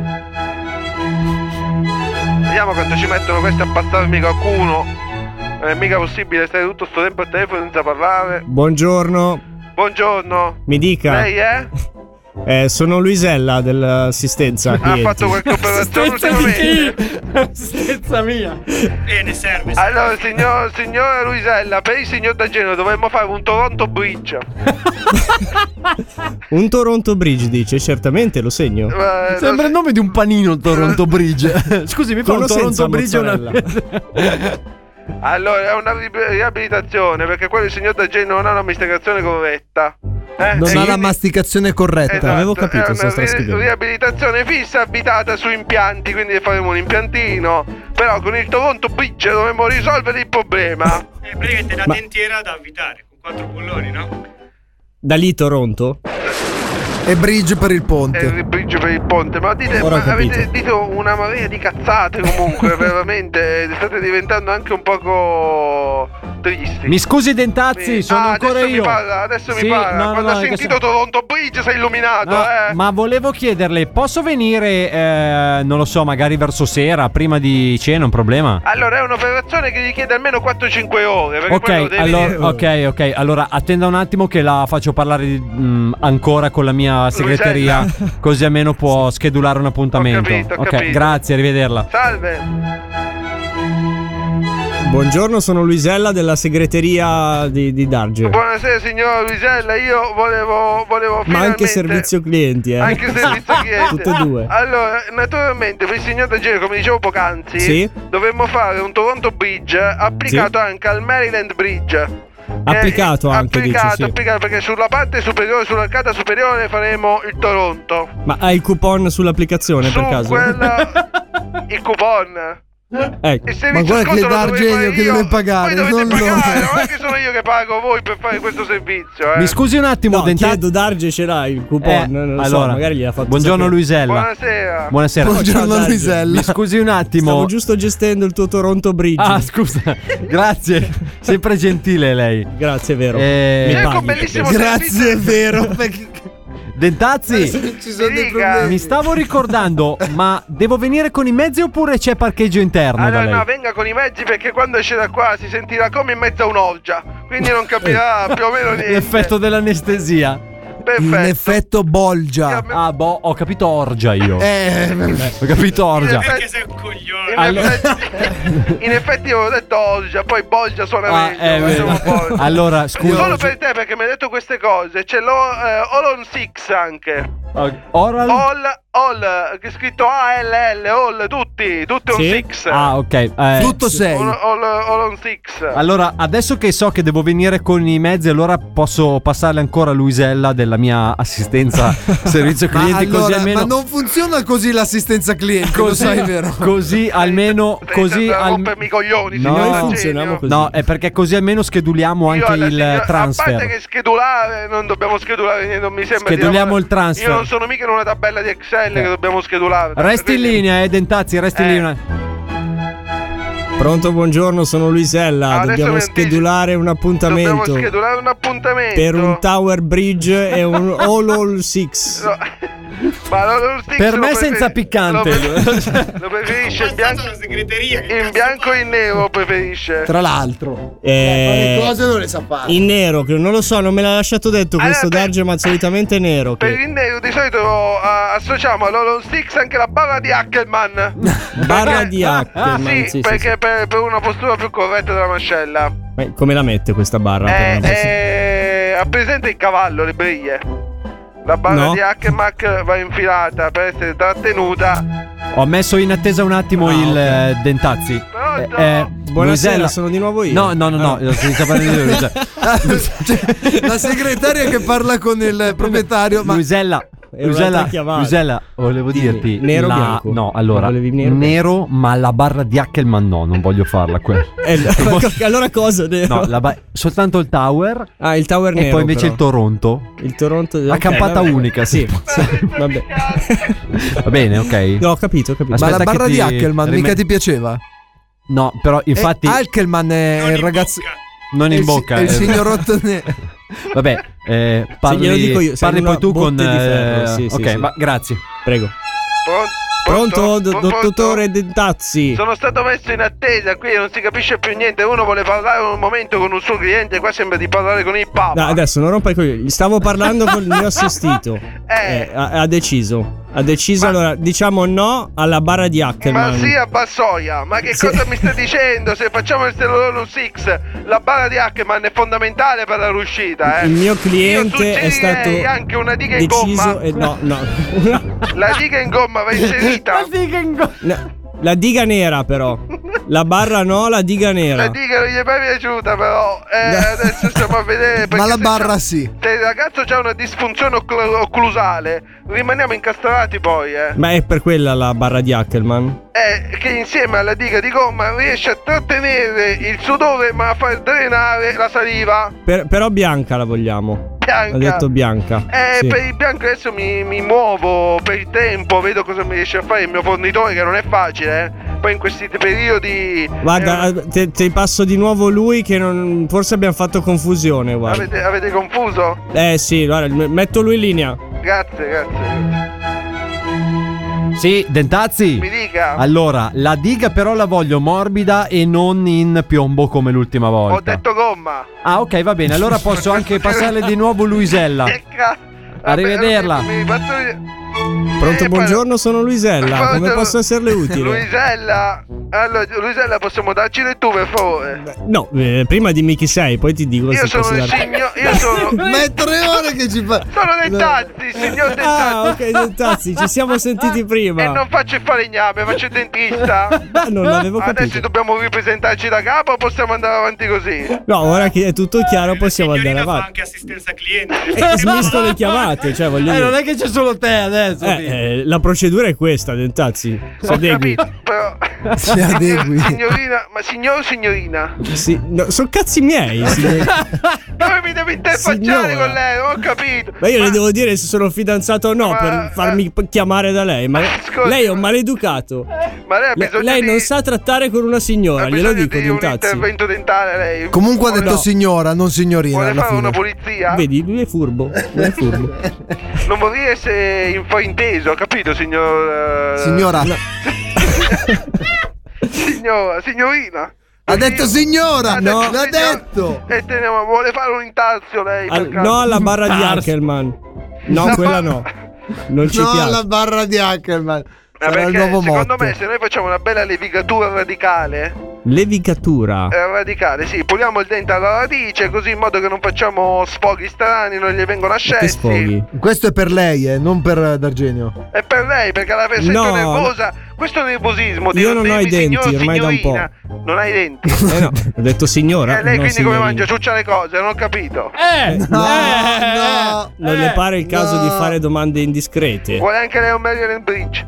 Vediamo quanto ci mettono questi a passarmi qualcuno. Non è mica possibile stare tutto sto tempo al telefono senza parlare. Buongiorno, Buongiorno. mi dica. Lei è? Eh, sono Luisella dell'assistenza Ha clienti. fatto qualche operazione ultimamente? Assistenza mia. Bene, serve. Allora, signor, signora Luisella, per il signor D'Agenio dovremmo fare un Toronto Bridge. Un Toronto Bridge dice, certamente lo segno. Eh, Sembra il nome di un panino, Toronto Bridge. Scusi, mi fa Con un o senza Toronto Bridge una... mozzarella? Allora, è una ri- riabilitazione perché quello il signor D'Agenio non ha una masticazione corretta. Eh? Non E ha la quindi- masticazione corretta. Esatto, Avevo capito, è sta una ri- trascrivendo. riabilitazione fissa abitata su impianti, quindi faremo un impiantino. Però con il Toronto Bridge dovremmo risolvere il problema. Eh, praticamente la Ma- dentiera da avvitare con quattro bulloni, no? Da lì Toronto? E bridge per il È ponte. il bridge per il ponte, ma dite, Ora ho ma avete capito. dito una marea di cazzate comunque, veramente state diventando anche un poco tristi. Mi scusi Dentazzi, Mi- sono ah, ancora adesso io. Mi parla, adesso Sì, mi parla. no, no, Quando no, ha è che sentito Toronto Bridge sei illuminato, No, eh. ma volevo chiederle, posso venire, eh, non lo so, magari verso sera, prima di cena, un problema? Allora è un'operazione che richiede almeno quattro cinque ore. Perché poi lo Ok, devi- allora, ok, ok, allora attenda un attimo che la faccio parlare di- mh, ancora con la mia segreteria, così almeno può schedulare un appuntamento. Ho capito, ho ok, capito. grazie, arrivederla. Salve. Buongiorno, sono Luisella della segreteria di, di Darge. Buonasera signora Luisella, io volevo, volevo Ma finalmente... anche servizio clienti, eh. Anche servizio cliente. Tutte e due. Allora, naturalmente per il signor D'Angelo, come dicevo poc'anzi, Sì. dovremmo fare un Toronto Bridge applicato anche al Maryland Bridge. Applicato Eh, anche, applicato, dici, sì. applicato, perché sulla parte superiore, sull'arcata superiore faremo il Toronto. Ma hai il coupon sull'applicazione per Su caso? quella il coupon. Ecco. Il servizio Ma guarda che sconto lo è dovrei D'Argenio fare che io. deve pagare, Voi dovete non lo- pagare, non è che sono io che pago voi per fare questo servizio, eh. Mi scusi un attimo, No, Dentazzi. chiedo Darge ce l'ha il coupon, Eh, non lo allora, so, magari gliel'ha fatto buongiorno sapere. Luisella. Buonasera. Buonasera. Buongiorno, Ciao, Darge. Luisella. Mi scusi un attimo. Stavo giusto gestendo il tuo Toronto Bridge. Ah, scusa. Grazie. Sempre gentile lei. Grazie, è vero. Eh, Mi Ecco, paghi. bellissimo Grazie, è vero. Dentazzi, Ci sono Mi dei dica. problemi. mi stavo ricordando, ma devo venire con i mezzi oppure c'è parcheggio interno da Allora lei? no, venga con i mezzi perché quando esce da qua si sentirà come in mezzo a un'orgia. Quindi non capirà più o meno niente. L'effetto dell'anestesia. Perfetto. L'effetto Bolgia. Ah, boh, ho capito orgia io. Eh, Ho capito orgia. Perché sei un coglione? In, Allora- effetti, in effetti avevo detto Olgia, poi Bolgia suona Ah, meglio. è vero. facciamo Bolgia. Allora, scusa. Solo per te perché mi hai detto queste cose. C'è lo eh, Olon Six anche. Oral. All, all, che è scritto A L L, all, tutti, tutti un Sì? six. Ah, ok. eh, tutto sei. All, all, all on six. Allora, adesso che so che devo venire con i mezzi, allora posso passarle ancora a Luisella della mia assistenza servizio Ma clienti, così allora, almeno ma non funziona così l'assistenza clienti, lo così, sai, vero? così almeno Stai così iniziando a al- rompermi i coglioni, No. signor Noi Argenio. funzioniamo così. No, è perché così almeno scheduliamo Io anche alla il signora- A parte transfer. che schedulare, non dobbiamo schedulare niente, non mi sembra. Scheduliamo di- il transfer. Io non sono mica in una tabella di Excel che dobbiamo schedulare. Resti in Quindi- linea, eh, Dentazzi, resti in Eh. linea. Pronto, buongiorno, sono Luisella. Adesso Dobbiamo mi anticipo. schedulare un Dobbiamo appuntamento schedulare un appuntamento per un Tower Bridge e un All All Six. No. Ma lo- lo Six Per lo me prefer- senza piccante. Lo, pre- lo preferisce in bianco, una segreteria. che in cazzo bianco e in nero preferisce. Tra l'altro, Eh, le cose non le sa fare. in nero, che non lo so, non me l'ha lasciato detto Allora, questo per- Darge, ma solitamente è nero. Per Che... il nero di solito uh, associamo all'Holon Six anche la barra di Ackerman. Barra Perché- di Ackerman, Sì, sì, sì, perché Per, per una postura più corretta della mascella. Ma come la mette questa barra? per Eh, una persona? eh, ha presente il cavallo, le briglie? La barra No. di Ackerman va infilata per essere trattenuta. Ho messo in attesa un attimo Ah, il ok. eh, Dentazzi. Pronto? Buonasera, Luisella- sono di nuovo io. No, no, no, no, Ah. sto parlando di Luisella. Cioè, la segretaria che parla con il proprietario, ma Luisella, È Luisella, un'altra chiamata. Luisella, volevo Dimmi, dirti nero o la- bianco? No, allora Volevi nero nero, o ma la barra di Ackerman no, non voglio farla quella. Eh, allora cosa? Nero? No, la ba- soltanto il tower Ah, il Tower e nero. poi invece però. il Toronto. Il Toronto. La ok, campata vabbè. unica, sì. Sì, vabbè. Va bene, ok. No, ho capito, ho capito. ma la Aspetta barra che di ti Ackerman rime- mica ti piaceva? No, però infatti Eh, Ackerman è Non il in ragazzo. bocca. non è in il si- bocca. è il eh. signor Rottone. Vabbè, eh, parli, glielo dico io, sei parli una poi tu con botte di ferro, eh, sì, sì, ok, sì. ma grazie. Prego. Pronto? Pronto, do- Pronto? dottore Dentazzi? Sono stato messo in attesa, qui non si capisce più niente. Uno vuole parlare un momento con un suo cliente, qua sembra di parlare con il Papa. No, adesso non rompa i coglioni. Stavo parlando con il mio assistito. Eh. Eh, ha, ha deciso. Ha deciso, Ma- allora, diciamo no alla barra di Ma Ackerman. sì, a Bassoia, ma che Sì. cosa mi stai dicendo? Se facciamo il Stellolone Six, la barra di Ackerman è fondamentale per la riuscita, eh. Il mio cliente Io è stato suggerirei anche una diga in deciso gomma. e no, no. La diga in gomma va inserita. No, la diga nera però. La barra no, la diga nera. La diga non gli è mai piaciuta, però. Eh, adesso stiamo a vedere. perché Ma la se barra c'ha- sì. Se il ragazzo ha una disfunzione occlu- occlusale, rimaniamo incastrati poi, eh. Ma è per quella la barra di Ackerman? Eh, che insieme alla diga di gomma riesce a trattenere il sudore ma a far drenare la saliva. Per- però bianca la vogliamo. Bianca. Ha detto bianca. Eh, Sì. per il bianco adesso mi, mi muovo per il tempo, vedo cosa mi riesce a fare il mio fornitore, che non è facile, eh. poi in questi periodi. Guarda, eh, te, te passo di nuovo lui che non, forse abbiamo fatto confusione, guarda. avete, avete confuso? Eh sì, guarda, m- metto lui in linea. Grazie, grazie. Sì, Dentazzi. Mi dica. Allora, la diga però la voglio morbida e non in piombo come l'ultima volta. Ho detto gomma. Ah, ok, va bene. Allora posso anche passarle di nuovo Luisella. Arrivederla. Mi faccio... Pronto, Eh, buongiorno, sono Luisella. Pronto, Come posso esserle utile? Luisella. Allora, Luisella, possiamo darci del tu, per favore? No, eh, prima dimmi chi sei, poi ti dico Io se sono posso il darti- signor. Io sono. Ma è tre ore che ci fa. Sono Dentazzi, signor Dentazzi. Ah, ok, Dentazzi, ci siamo sentiti prima. E non faccio il falegname, faccio il dentista. Ah, non l'avevo capito. Adesso dobbiamo ripresentarci da capo o possiamo andare avanti così? No, ora che è tutto chiaro possiamo andare avanti. Anche assistenza cliente. Eh, smisto le chiamate, cioè voglio Eh, dire. non è che c'è solo te adesso. Eh, eh, la procedura è questa, Dentazzi. Si Ho adegui. capito, però. Si adegui. Signorina, ma signor o signorina? Sì, no, sono cazzi miei. signor- Come mi devo interfacciare Signora. con lei? Non ho capito. Ma io le devo dire se sono fidanzato o no Ma- per farmi p- chiamare da lei. Ma Ascolti, lei è un ma- maleducato. Ma lei ha Le- bisogno lei di... non sa trattare con una signora, ha glielo bisogno dico, di un Dentazzi. intervento dentale lei. Comunque ha Vuole- detto signora, non signorina. Vuole Alla fare una fine. pulizia? Vedi, lui è furbo. Lui è furbo. Non vorrei essere in frainteso, capito, signor... eh, Signora. Signora, signorina. Ha detto signora. Ha No, detto l'ha signora. detto. E teniamo, vuole fare un intarzio lei? Al- per caso? no alla barra di Ackerman. No, La quella barra- no. Non ci No, piace. alla barra di Ackerman. Eh, Sarà il perché nuovo secondo motto. me se noi facciamo una bella levigatura radicale, Levigatura. eh, radicale, sì, puliamo il dente alla radice, così in modo che non facciamo sfoghi strani, non gli vengono Che ascessi. sfoghi. Questo è per lei, eh, non per D'Argenio. È per lei, perché la sento No. nervosa. Questo nervosismo. Io non ho i denti, ormai da un po'. Non hai i denti. Eh no, ho detto signora. Eh, lei no, quindi come signorina. mangia? Ciuccia le cose, non ho capito. Eh, No, no. Non le pare il caso no. di fare domande indiscrete? Vuole anche lei un Maryland Bridge.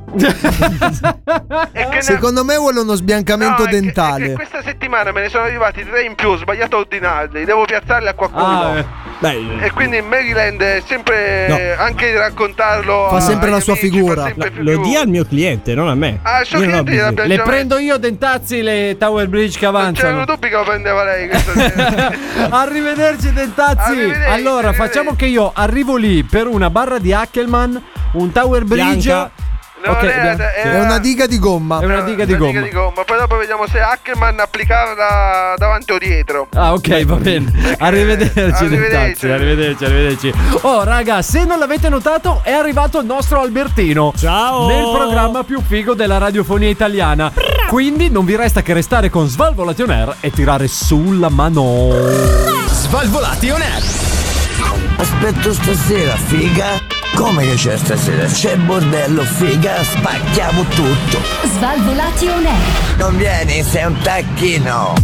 E che ne- Secondo me vuole uno sbiancamento No, è che- dentale. è che questa settimana me ne sono arrivati tre in più, ho sbagliato a ordinarli, devo piazzarli a qualcuno. Ah, eh. Beh, E quindi in Maryland è sempre No. anche di raccontarlo. Fa a- sempre agli la sua amici, figura. fa sempre no, più lo figura. dia al mio cliente, non a me. Ah, il suo Io non ho cliente bisogno. gliel'abbiamo Le già prendo io, Dentazzi, le Tower Bridge che messo. Non avanzano. c'erano dubbi che lo prendeva lei questa sera. Arrivederci, Dentazzi. Arrivederci, Allora, arrivederci. facciamo che io arrivo lì per una barra di Hackelman, un Tower Bridge. Bianca. No, Ok, lei abbiamo- era- È una diga di gomma. È una diga di una gomma. Poi dopo vediamo se Ackerman applicarla davanti o dietro. Ah, ok, va bene. Arrivederci, Arrivederci. Dentazzi. Arrivederci, arrivederci. Oh, raga, se non l'avete notato, è arrivato il nostro Albertino. Ciao. Nel programma più figo della radiofonia italiana. Quindi non vi resta che restare con Svalvolati On Air e tirare sulla mano. Svalvolati On Air. Aspetto stasera, figa. Come che c'è stasera? C'è bordello, figa, spacchiamo tutto. Svalvolati On Air. Non vieni, sei un tacchino.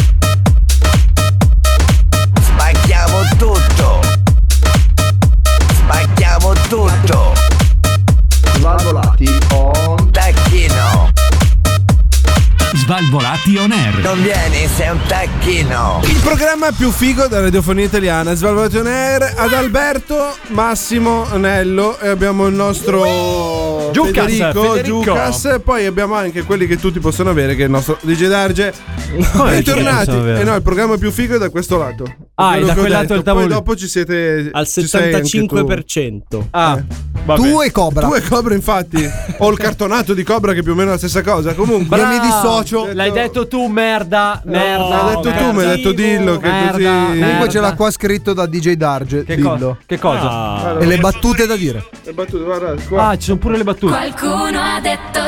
Spacchiamo tutto. Spacchiamo tutto. Svalvolati on Tacchino. Svalvolati On Air. Non vieni, sei un tacchino. Il programma più figo della radiofonia italiana, Svalvolati On Air, ad Alberto, Massimo, Nello e abbiamo il nostro Giucas, Federico, Federico. Giucas, poi abbiamo anche quelli che tutti possono avere, che è il nostro D J Darge. Come Bentornati. possono avere? Eh no, il programma più figo è da questo lato. Ah, Quello è da che ho quel lato detto. del tavolo. Poi dopo ci siete Al ci sei anche tu. settantacinque per cento. Ah, vabbè. Tu e Cobra. Tu e Cobra, infatti. Ho il cartonato di Cobra che è più o meno la stessa cosa. Comunque, Io mi dissocio. L'hai detto tu, merda. Merda. l'hai detto tu, mi hai detto dillo che Merda, così. merda. Comunque ce l'ha qua scritto da D J Darge. Che, dillo. co- che cosa? Ah. E le battute da dire. Le battute, guarda, qua. Ah, ci sono pure le battute. Qualcuno ha detto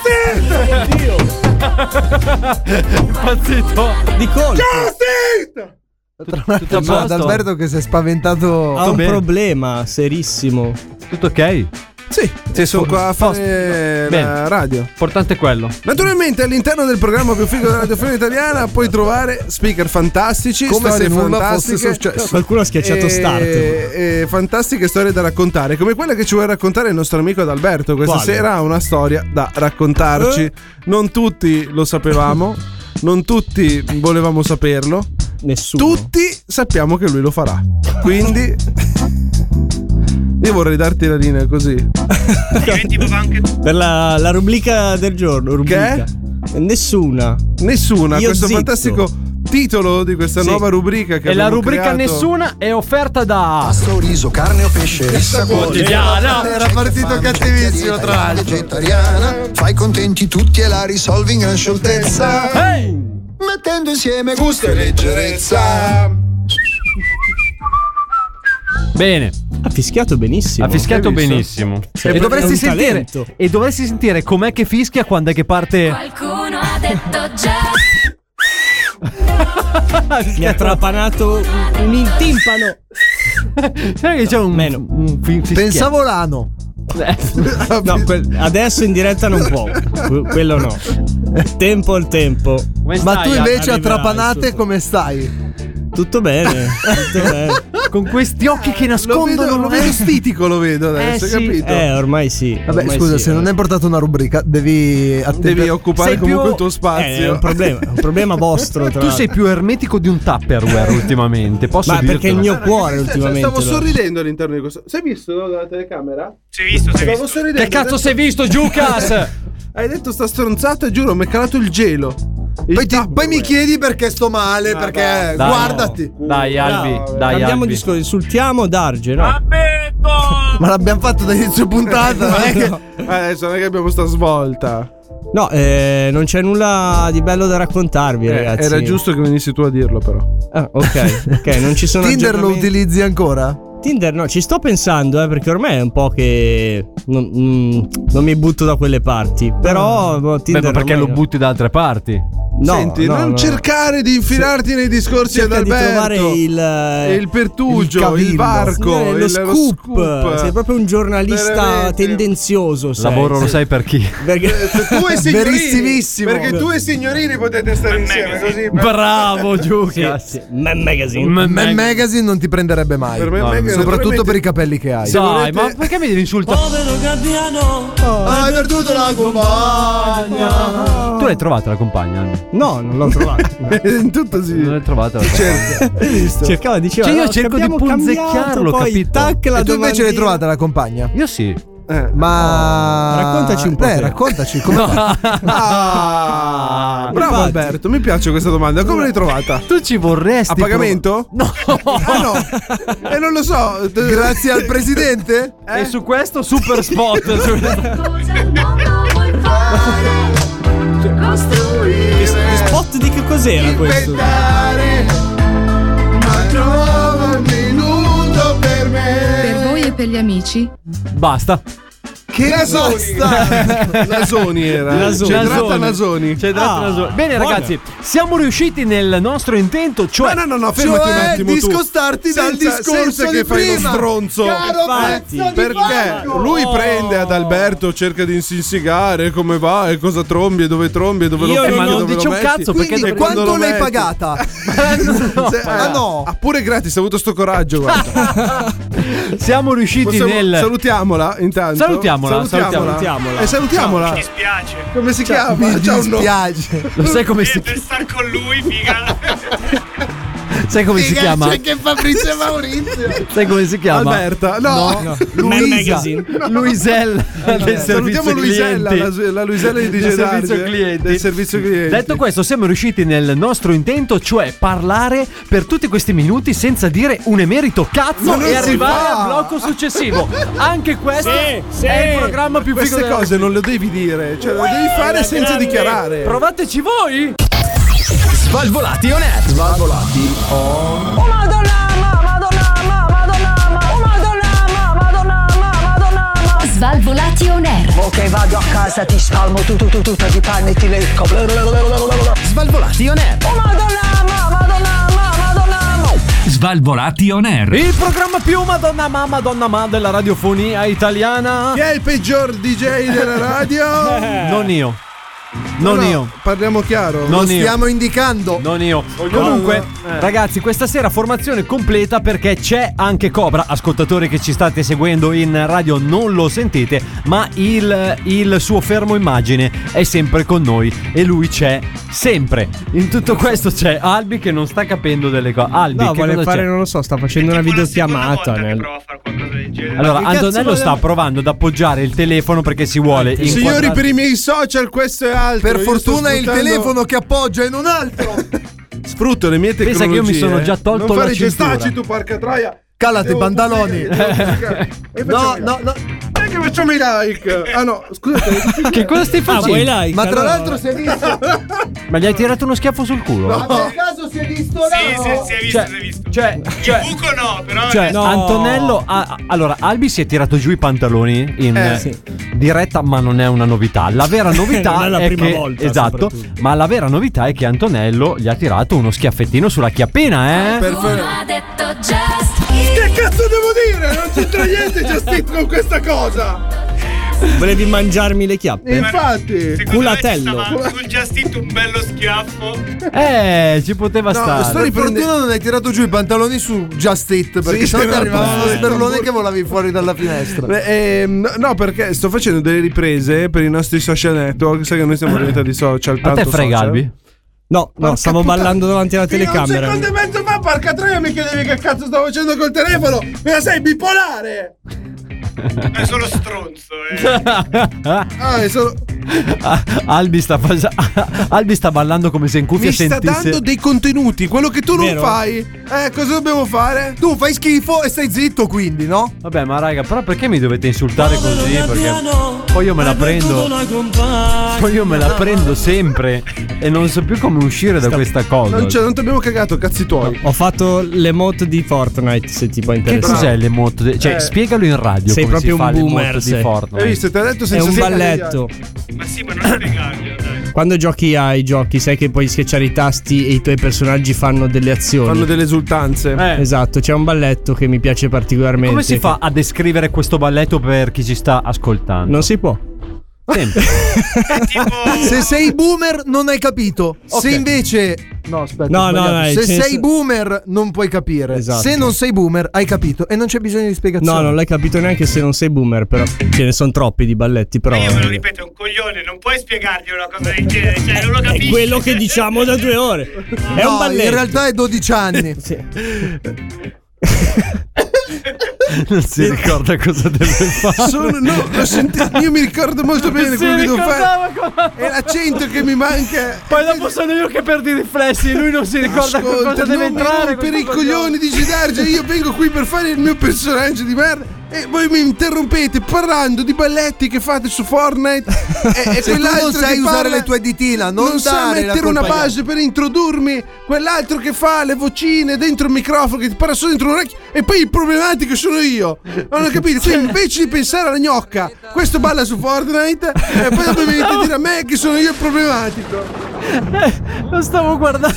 Impazzito. Di colpo. Tra l'altro tutto a c'è posto? Adalberto che si è spaventato. Ha un bene. problema serissimo. Tutto ok? Sì, sì, sono qua a Posto. fare Bene. la radio. Importante è quello. Naturalmente all'interno del programma più figo della radiofonia italiana puoi trovare speaker fantastici, Come storie se nulla fantastiche, fosse successo. Qualcuno ha schiacciato e, start. e fantastiche storie da raccontare, come quella che ci vuole raccontare il nostro amico Adalberto. Questa Quale? sera ha una storia da raccontarci. Eh? Non tutti lo sapevamo, non tutti volevamo saperlo. Nessuno. Tutti sappiamo che lui lo farà. Quindi io vorrei darti la linea così. Diventi proprio anche Per la, la rubrica del giorno. Rubrica. Che? Nessuna. Nessuna, Io questo zitto. fantastico titolo di questa Sì. nuova rubrica che E la abbiamo rubrica creato. Nessuna è offerta da Pasta o riso, carne o pesce, rissa quotidiana. Era partito cattivissimo, tra l'altro. vegetariana, fai contenti tutti e la risolvi in gran scioltezza. Mettendo insieme gusto e leggerezza. Bene. Ha fischiato benissimo. Ha fischiato Hai visto? benissimo. Sì, E è dovresti un sentire talento. E dovresti sentire com'è che fischia quando è che parte. Qualcuno ha detto già. Mi ha trapanato un, un timpano. Sai che c'è un Meno. un fi- fischia- Pensavo l'ano. No, quel- adesso in diretta non può. Que- quello no. Tempo al tempo. Come Ma stai, tu invece a Arriverà trapanate il suo- come stai? Tutto bene. Tutto bene. con questi occhi che Lo nascondono vedo, lo vedo stitico, lo vedo adesso, Eh, hai sì. capito? Eh, ormai sì. Vabbè, ormai scusa, sì, se eh. non hai portato una rubrica, devi attemper- Devi occupare Sei comunque più- il tuo Eh, spazio. è un problema, è un problema vostro. Tra Tu l'altro. sei più ermetico di un Tupperware ultimamente. Posso Ma perché il dirtelo? mio cuore Cioè, ultimamente. stavo lo- sorridendo all'interno di questo. Sei visto no, dalla telecamera? Si è visto, si è Stavo visto. sorridendo. Che cazzo ho sei visto, Giucas? detto- Hai detto sta stronzata e giuro, mi è calato il gelo. Il Poi, ti- poi mi Tupperware. chiedi perché sto male, No, perché dai, Dai, guardati. Dai, Albi. No, dai, Cambiamo Albi. discorso, insultiamo Darge, no? Ma l'abbiamo fatto da inizio puntata, non è che... Eh, Adesso non è che abbiamo sta svolta. No, eh, non c'è nulla di bello da raccontarvi, Eh, ragazzi. era giusto che venissi tu a dirlo, però. Ah, ok, ok, non ci sono Tinder lo aggiornamenti. utilizzi ancora? Tinder no, ci sto pensando, eh, perché ormai è un po' che non, mm, non mi butto da quelle parti. Però boh, Beh, Tinder ma perché ormai lo no. butti da altre parti? No, Senti, no, non no. cercare di infilarti nei discorsi ad Cerca di Alberto. trovare il eh, il pertugio, il, cavillo. varco, Signore, lo, il, scoop. Sei proprio un giornalista Veramente. tendenzioso. Sei, Lavoro lo sei- sai per chi? Perché Tu e signorini, Verissimissimo. perché tu e signorini potete stare insieme così. per- Bravo, sì, Giucas. sì. Man Magazine. Man Man Mag- Magazine non ti prenderebbe mai. Per me No, Magazine, Soprattutto naturalmente- per i capelli che hai. Dai, volete- ma perché mi devi insultare? Hai perduto la compagna. Tu l'hai trovata la compagna? Albi? No, non l'ho trovato. In tutto sì. Non l'hai trovata la compagna? Hai visto? Cercava, diceva. Cioè, io no, cerco di abbiamo punzecchiarlo, cambiato, poi, capito? tac, la E tu invece l'hai domandina. trovata la compagna? Io sì. Eh. Ma Raccontaci un po' Eh, te. raccontaci come Ah, bravo Infatti. Alberto, mi piace questa domanda. Come l'hai trovata? Tu ci vorresti A pagamento? No. Ah no. E non lo so. Grazie al presidente? E su questo super spot. Che spot di che cos'era questo? Ma trova un minuto per me. Per voi e per gli amici, Basta. Che Nasoni. Nasoni era. Nasoni. Cedrata Nasoni. C'è dato Ah, una sola. Bene, buona. ragazzi, siamo riusciti nel nostro intento, cioè. No, no, no, no, fermati un Cioè, attimo. tu. discostarti dal Senza- discorso senza di che fai lo prima. stronzo. Caro Infatti. pezzo di Perché fango. lui Oh. prende ad Alberto, cerca di insinstigare come va e cosa trombi e dove trombi e dove Io lo non- metti, ma non dove dice lo un metti. cazzo, perché Quindi E quando quanto lo l'hai metti. pagata? Se- Ah, no. Ah, pure gratis, ha avuto sto coraggio, guarda. Siamo riusciti Possiamo- nel. Salutiamola intanto. Salutiamola, salutiamola. E salutiamola. Mi dispiace. Come si Cioè, chiama? mi C'ha un nome. dispiace. Lo sai come si, Per star con lui, figa. sai come si chiama? C'è anche Fabrizio Maurizio. Sai come si chiama? Alberta. No. Man Luisa. Magazine. Luisella del servizio Salutiamo Luisella, clienti. la, la Luisella di D J Del servizio Darge, clienti. del servizio clienti. Detto questo, siamo riusciti nel nostro intento, cioè parlare per tutti questi minuti senza dire un emerito Ma cazzo non e si arrivare fa. al blocco successivo. Anche questo Sì, sì. è il programma più figo Queste della- cose non le devi dire, cioè le devi fare senza grande. dichiarare. Provateci voi! Svalvolati on air. Svalvolati Oh Madonna, ma, Madonna, ma, Madonna, ma, oh Madonna, ma, Madonna, ma, Madonna, ma. Svalvolati on air. Ok, vado a casa, ti spalmo tu, tu, tu, tutta di panni e ti lecco. Svalvolati on air. Oh Madonna, ma, Madonna, ma, Madonna, ma. Svalvolati on air. Il programma più Madonna ma Madonna ma della radiofonia italiana. Chi è il peggior D J della radio? Non io. Non No, no, io. Parliamo chiaro. Non Lo io. stiamo indicando. Non io. Comunque, Eh. ragazzi, questa sera formazione completa perché c'è anche Cobra. Ascoltatori che ci state seguendo in radio non lo sentite, ma il, il suo fermo immagine è sempre con noi e lui c'è sempre. In tutto questo c'è Albi che non sta capendo delle cose. Albi, No, che vuole cosa fare, c'è? non lo so, sta facendo una videochiamata. Nel... Prova a fare qualcosa di leggere. Allora, Antonello sta provando ad appoggiare il telefono perché si vuole Signori, inquadrare- per i miei social questo è altro. Per Io fortuna sto è il sfruttando- telefono che appoggia e non altro. Sfrutto le mie Pensa tecnologie. che io mi sono già tolto non la fare cintura. gestacci tu, porca troia. Calate i Devo pantaloni. pubblicare, devo pubblicare. E No, facciamo i no, like. no. E che facciamo i like. Ah no, scusate. Che cosa stai Ah, facendo? vuoi like? Ma tra allora? l'altro si è visto. Ma gli hai tirato uno schiaffo sul culo? Ma per caso si è visto Sì, no? sì, si è visto, si è visto. Cioè, cioè, Il buco no, però. cioè No. Antonello ha- allora, Albi si è tirato giù i pantaloni in Eh, eh, sì. diretta, ma non è una novità. La vera novità Non è la è prima che volta, esatto, soprattutto. ma la vera novità è che Antonello gli ha tirato uno schiaffettino sulla chiappina, eh? Qualcuno ha detto just Che cazzo devo dire? Non c'entra niente Just con questa cosa. Volevi mangiarmi le chiappe? Infatti. Secondo Culatello. me ci stava sul Just Eat un bello schiaffo. Eh, ci poteva No, stare. sto Per riprende- fortuna non hai tirato giù i pantaloni su Just Eat, perché Sì, sennò ti no, arrivava no, uno no, sperlone no. che volavi fuori dalla finestra. Eh, ehm, no, perché sto facendo delle riprese per i nostri social network. Sai che noi siamo diventati social. A te tanto frega, social. Albi? No, no, Porca stavo puttana. ballando davanti alla Fino a telecamera. un secondo e mezzo fa, porca troia, mi chiedevi che cazzo stavo facendo col telefono. Ma sei bipolare? È solo stronzo, eh. Ah, è solo. Ah, Albi sta facendo Albi sta ballando come se in cuffia Mi sta sentisse. dando dei contenuti, quello che tu non Vero? fai. Eh, cosa dobbiamo fare? Tu fai schifo e stai zitto, quindi, no? Vabbè, ma raga, però perché mi dovete insultare così? Perché poi io me la prendo. Poi io me la prendo sempre e non so più come uscire da questa cosa. Non, c'è, non ti abbiamo cagato, cazzi tuoi. Ho fatto l'emote di Fortnite, se ti può Che interessare. cos'è l'emote? de- Cioè, Eh. spiegalo in radio. Sei come proprio si fa un l'emote boomer, di sei. Fortnite. Hai visto? Ti ha detto È senza un spiegare agli balletto. Ma sì, ma non spiegarglielo, dai. Quando giochi ai giochi, sai che puoi schiacciare i tasti e i tuoi personaggi fanno delle azioni. Fanno delle esultanze. Eh. Esatto, c'è un balletto che mi piace particolarmente. Come si fa a descrivere questo balletto per chi ci sta ascoltando? Non si può. Sempre. Se sei boomer non hai capito. Ok. Se invece no, aspetta, No, ho no, sbagliato. no, se nel sei senso- boomer non puoi capire. Esatto. Se non sei boomer hai capito e non c'è bisogno di spiegazioni. No, non l'hai capito neanche se non sei boomer, però ce ne sono troppi di balletti, però. Ma io me lo ripeto, è un coglione, non puoi spiegargli una cosa del genere, cioè non lo capisci. È quello che diciamo da due ore. È No, un balletto. in realtà è dodici anni. Sì. Non si ricorda cosa deve fare. Sono, no, lo senti- io mi ricordo molto bene Si quello che devo ricordava fare. cosa- È l'accento che mi manca. Poi dopo sono io che perdo i riflessi. Lui non si ricorda Ascolta, cosa deve non mi entrare. rompere i questo coglioni di Gidarge. Io vengo qui per fare il mio personaggio di merda e voi mi interrompete parlando di balletti che fate su Fortnite e, e Se tu quell'altro non sai che usare parla- le tue ditine, non, non sa dare la mettere una colpa agli base per introdurmi, quell'altro che fa le vocine dentro il microfono che ti parla solo dentro un orecchio e poi il problematico sono io. Non ho capito? Quindi invece di pensare alla gnocca, questo balla su Fortnite e poi dopo venite a dire a me che sono io il problematico. Lo stavo guardando.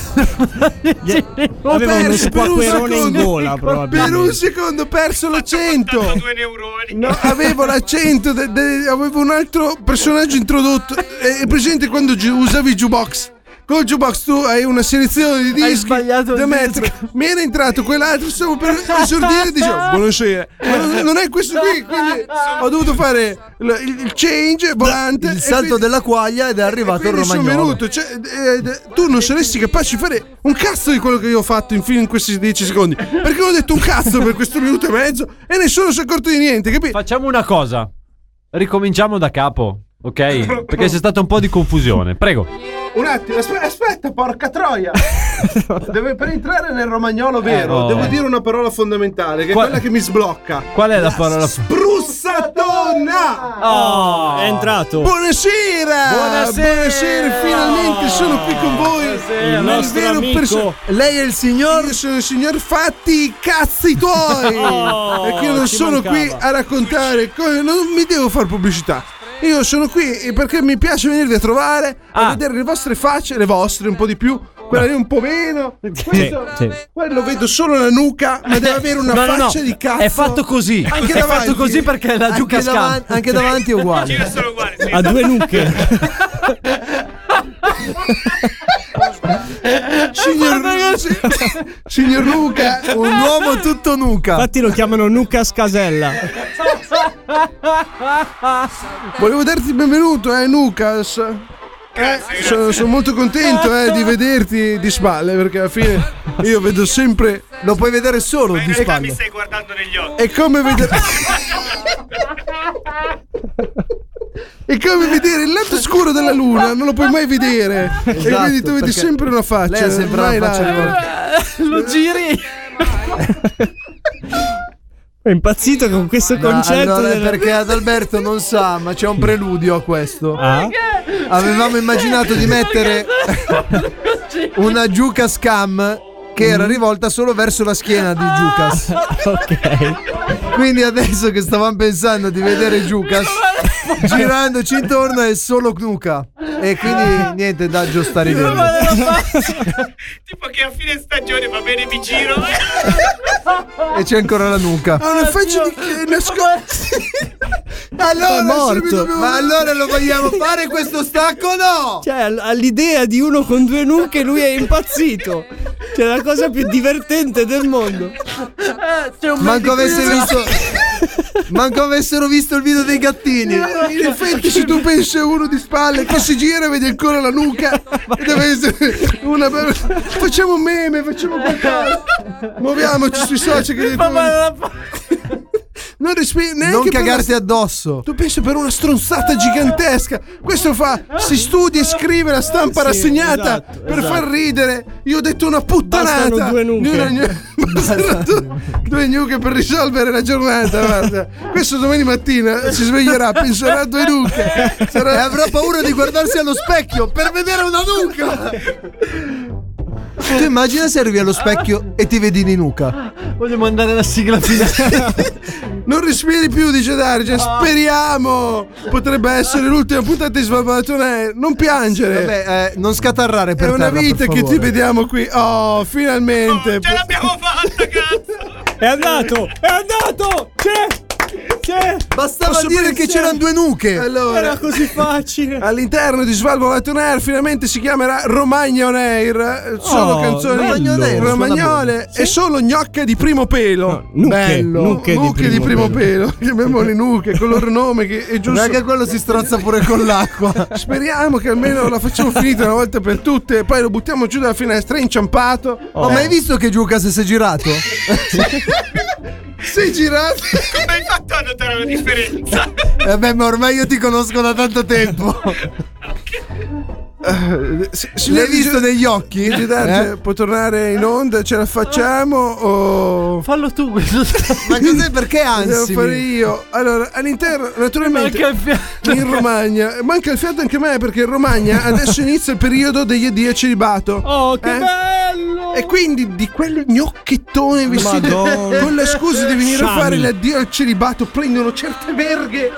Ho Aveva uno perso per un squacquerone in secondo. gola, probabilmente. Per un secondo ho perso l'accento. Due neuroni. No, avevo l'accento, de- de- avevo un altro personaggio introdotto. È presente quando gi- usavi il jukebox? Col jukebox tu hai una selezione di Hai dischi sbagliato da il mettere. Mi era entrato quell'altro, stavo per esordire e dicevo buonasera. Ma non, non è questo qui, quindi ho dovuto fare il, il- il change volante. Il e salto quindi- della quaglia ed è arrivato il quindi sono romagnolo. venuto, cioè, eh, eh, tu non saresti capace di fare un cazzo di quello che io ho fatto in, in questi dieci secondi. Perché non ho detto un cazzo per questo minuto e mezzo e nessuno si è accorto di niente, capito? Facciamo una cosa. Ricominciamo da capo, ok? Perché c'è stata un po' di confusione. Prego. Un attimo, aspetta, aspetta porca troia. Deve, per entrare nel romagnolo vero, Eh, oh. devo dire una parola fondamentale, che è Qual- quella che mi sblocca. Qual è la parola? Brussatona! Oh, È entrato. Buonasera! Buonasera! Buonasera, finalmente sono qui con voi. Buonasera. Il Nel nostro vero amico. perso- Lei è il signor. Io sono il signor Fatti i cazzi tuoi. Oh, Perché io non ci sono mancava. qui a raccontare come, non mi devo fare pubblicità. Io sono qui perché mi piace venirvi a trovare, a Ah. vedere le vostre facce, le vostre un po' di più, quella lì un po' meno. Questo, sì. quello vedo solo la nuca, ma deve avere una No, no, no. faccia di cazzo. È fatto così. Anche è davanti. fatto così perché la giù Anche, cascata. davan- anche davanti è uguale. Gira sono uguali, sì. Ha due nuche. Signor, si- signor Luca, Un uomo tutto nuca. Infatti lo chiamano Nuca Scasella. volevo darti il benvenuto, eh, Nucas. Eh, sono, sono molto contento eh, di vederti di spalle, perché alla fine io vedo sempre. Lo puoi vedere solo Ma in di realtà spalle. mi stai guardando negli occhi. È come vedere. È come vedere il lato scuro della luna, non lo puoi mai vedere. Esatto, e quindi tu vedi perché sempre una faccia. lei ha sempre mai la faccia l'altra. di Lo giri. È impazzito con questo No, concetto. allora, della- perché Adalberto non sa, ma c'è un preludio a questo. Ah? Avevamo immaginato di mettere una Giucas Cam che era rivolta solo verso la schiena di Giucas. Ok. Quindi adesso che stavamo pensando di vedere Giucas, girandoci intorno è solo Knuka. E quindi niente da aggiustare dentro. Tipo che a fine stagione va bene, mi giro. E c'è ancora la nuca. Ha una faccia di che Allora, È morto. se mi dobbiamo- ma allora lo vogliamo fare questo stacco o no? Cioè, all- all'idea di uno con due nuche lui è impazzito. Cioè, la cosa più divertente del mondo. Manco avesse visto Manco avessero visto il video dei gattini. In effetti, se tu pensi a uno di spalle che si gira e vedi ancora la nuca, deve essere una bella. Facciamo un meme, facciamo qualcosa. Muoviamoci sui social che non respiri neanche Non per cagarti una- addosso. Tu pensi per una stronzata gigantesca. Questo fa, si studia e scrive la stampa Sì, rassegnata esatto, per esatto. far ridere. Io ho detto una puttanata. Bastano due nuche. Di una gnu- Bastano due, due nuche per risolvere la giornata. Guarda. Questo domani mattina si sveglierà, penserà a due nuche. Sarà- E avrà paura di guardarsi allo specchio per vedere una nuca. Tu immagina se arrivi allo specchio e ti vedi di nuca. Voglio mandare la sigla finale. Non respiri più, dice Darge. Speriamo. Potrebbe essere l'ultima puntata di Svalvolato On Air. Non piangere. Vabbè, eh, non scatarrare per È una terra, vita per che ti favore. vediamo qui. Oh, finalmente. Ce l'abbiamo fatta, cazzo. È andato! È andato! C'è! C'è! Bastava Posso dire che pensare- c'erano due nuche. Allora, Era così facile. all'interno di Svalvolato On Air finalmente si chiamerà Romagna On Air. Solo Oh, canzoni Romagna On Air, suona romagnole e solo gnocche di primo pelo. No, nuche, Bello. nuche di di primo primo pelo. Chiamiamole nuche con il loro nome che è giusto. Non è che quello si strozza pure con l'acqua. Speriamo che almeno la facciamo finita una volta per tutte e poi lo buttiamo giù dalla finestra, è inciampato. Oh, ma hai visto che Giucas si è girato? Sei girato. Come hai fatto a notare la differenza? Eh beh, ma ormai io ti conosco da tanto tempo. Eh, si- si- L'hai si- visto negli occhi? Dice Darge, Eh? può tornare in onda? Ce la facciamo o Fallo tu questo. Ma cos'è, perché devo ansi? fare io? Allora, all'interno, naturalmente, Manca il fiato. in Romagna, manca il fiato anche a me perché in Romagna adesso inizia il periodo degli addio a celibato. Oh, che Eh? bello! E quindi di quel gnocchettone vestito Madonna. con la scusa di venire a Sciami. fare l'addio al celibato prendono certe verghe.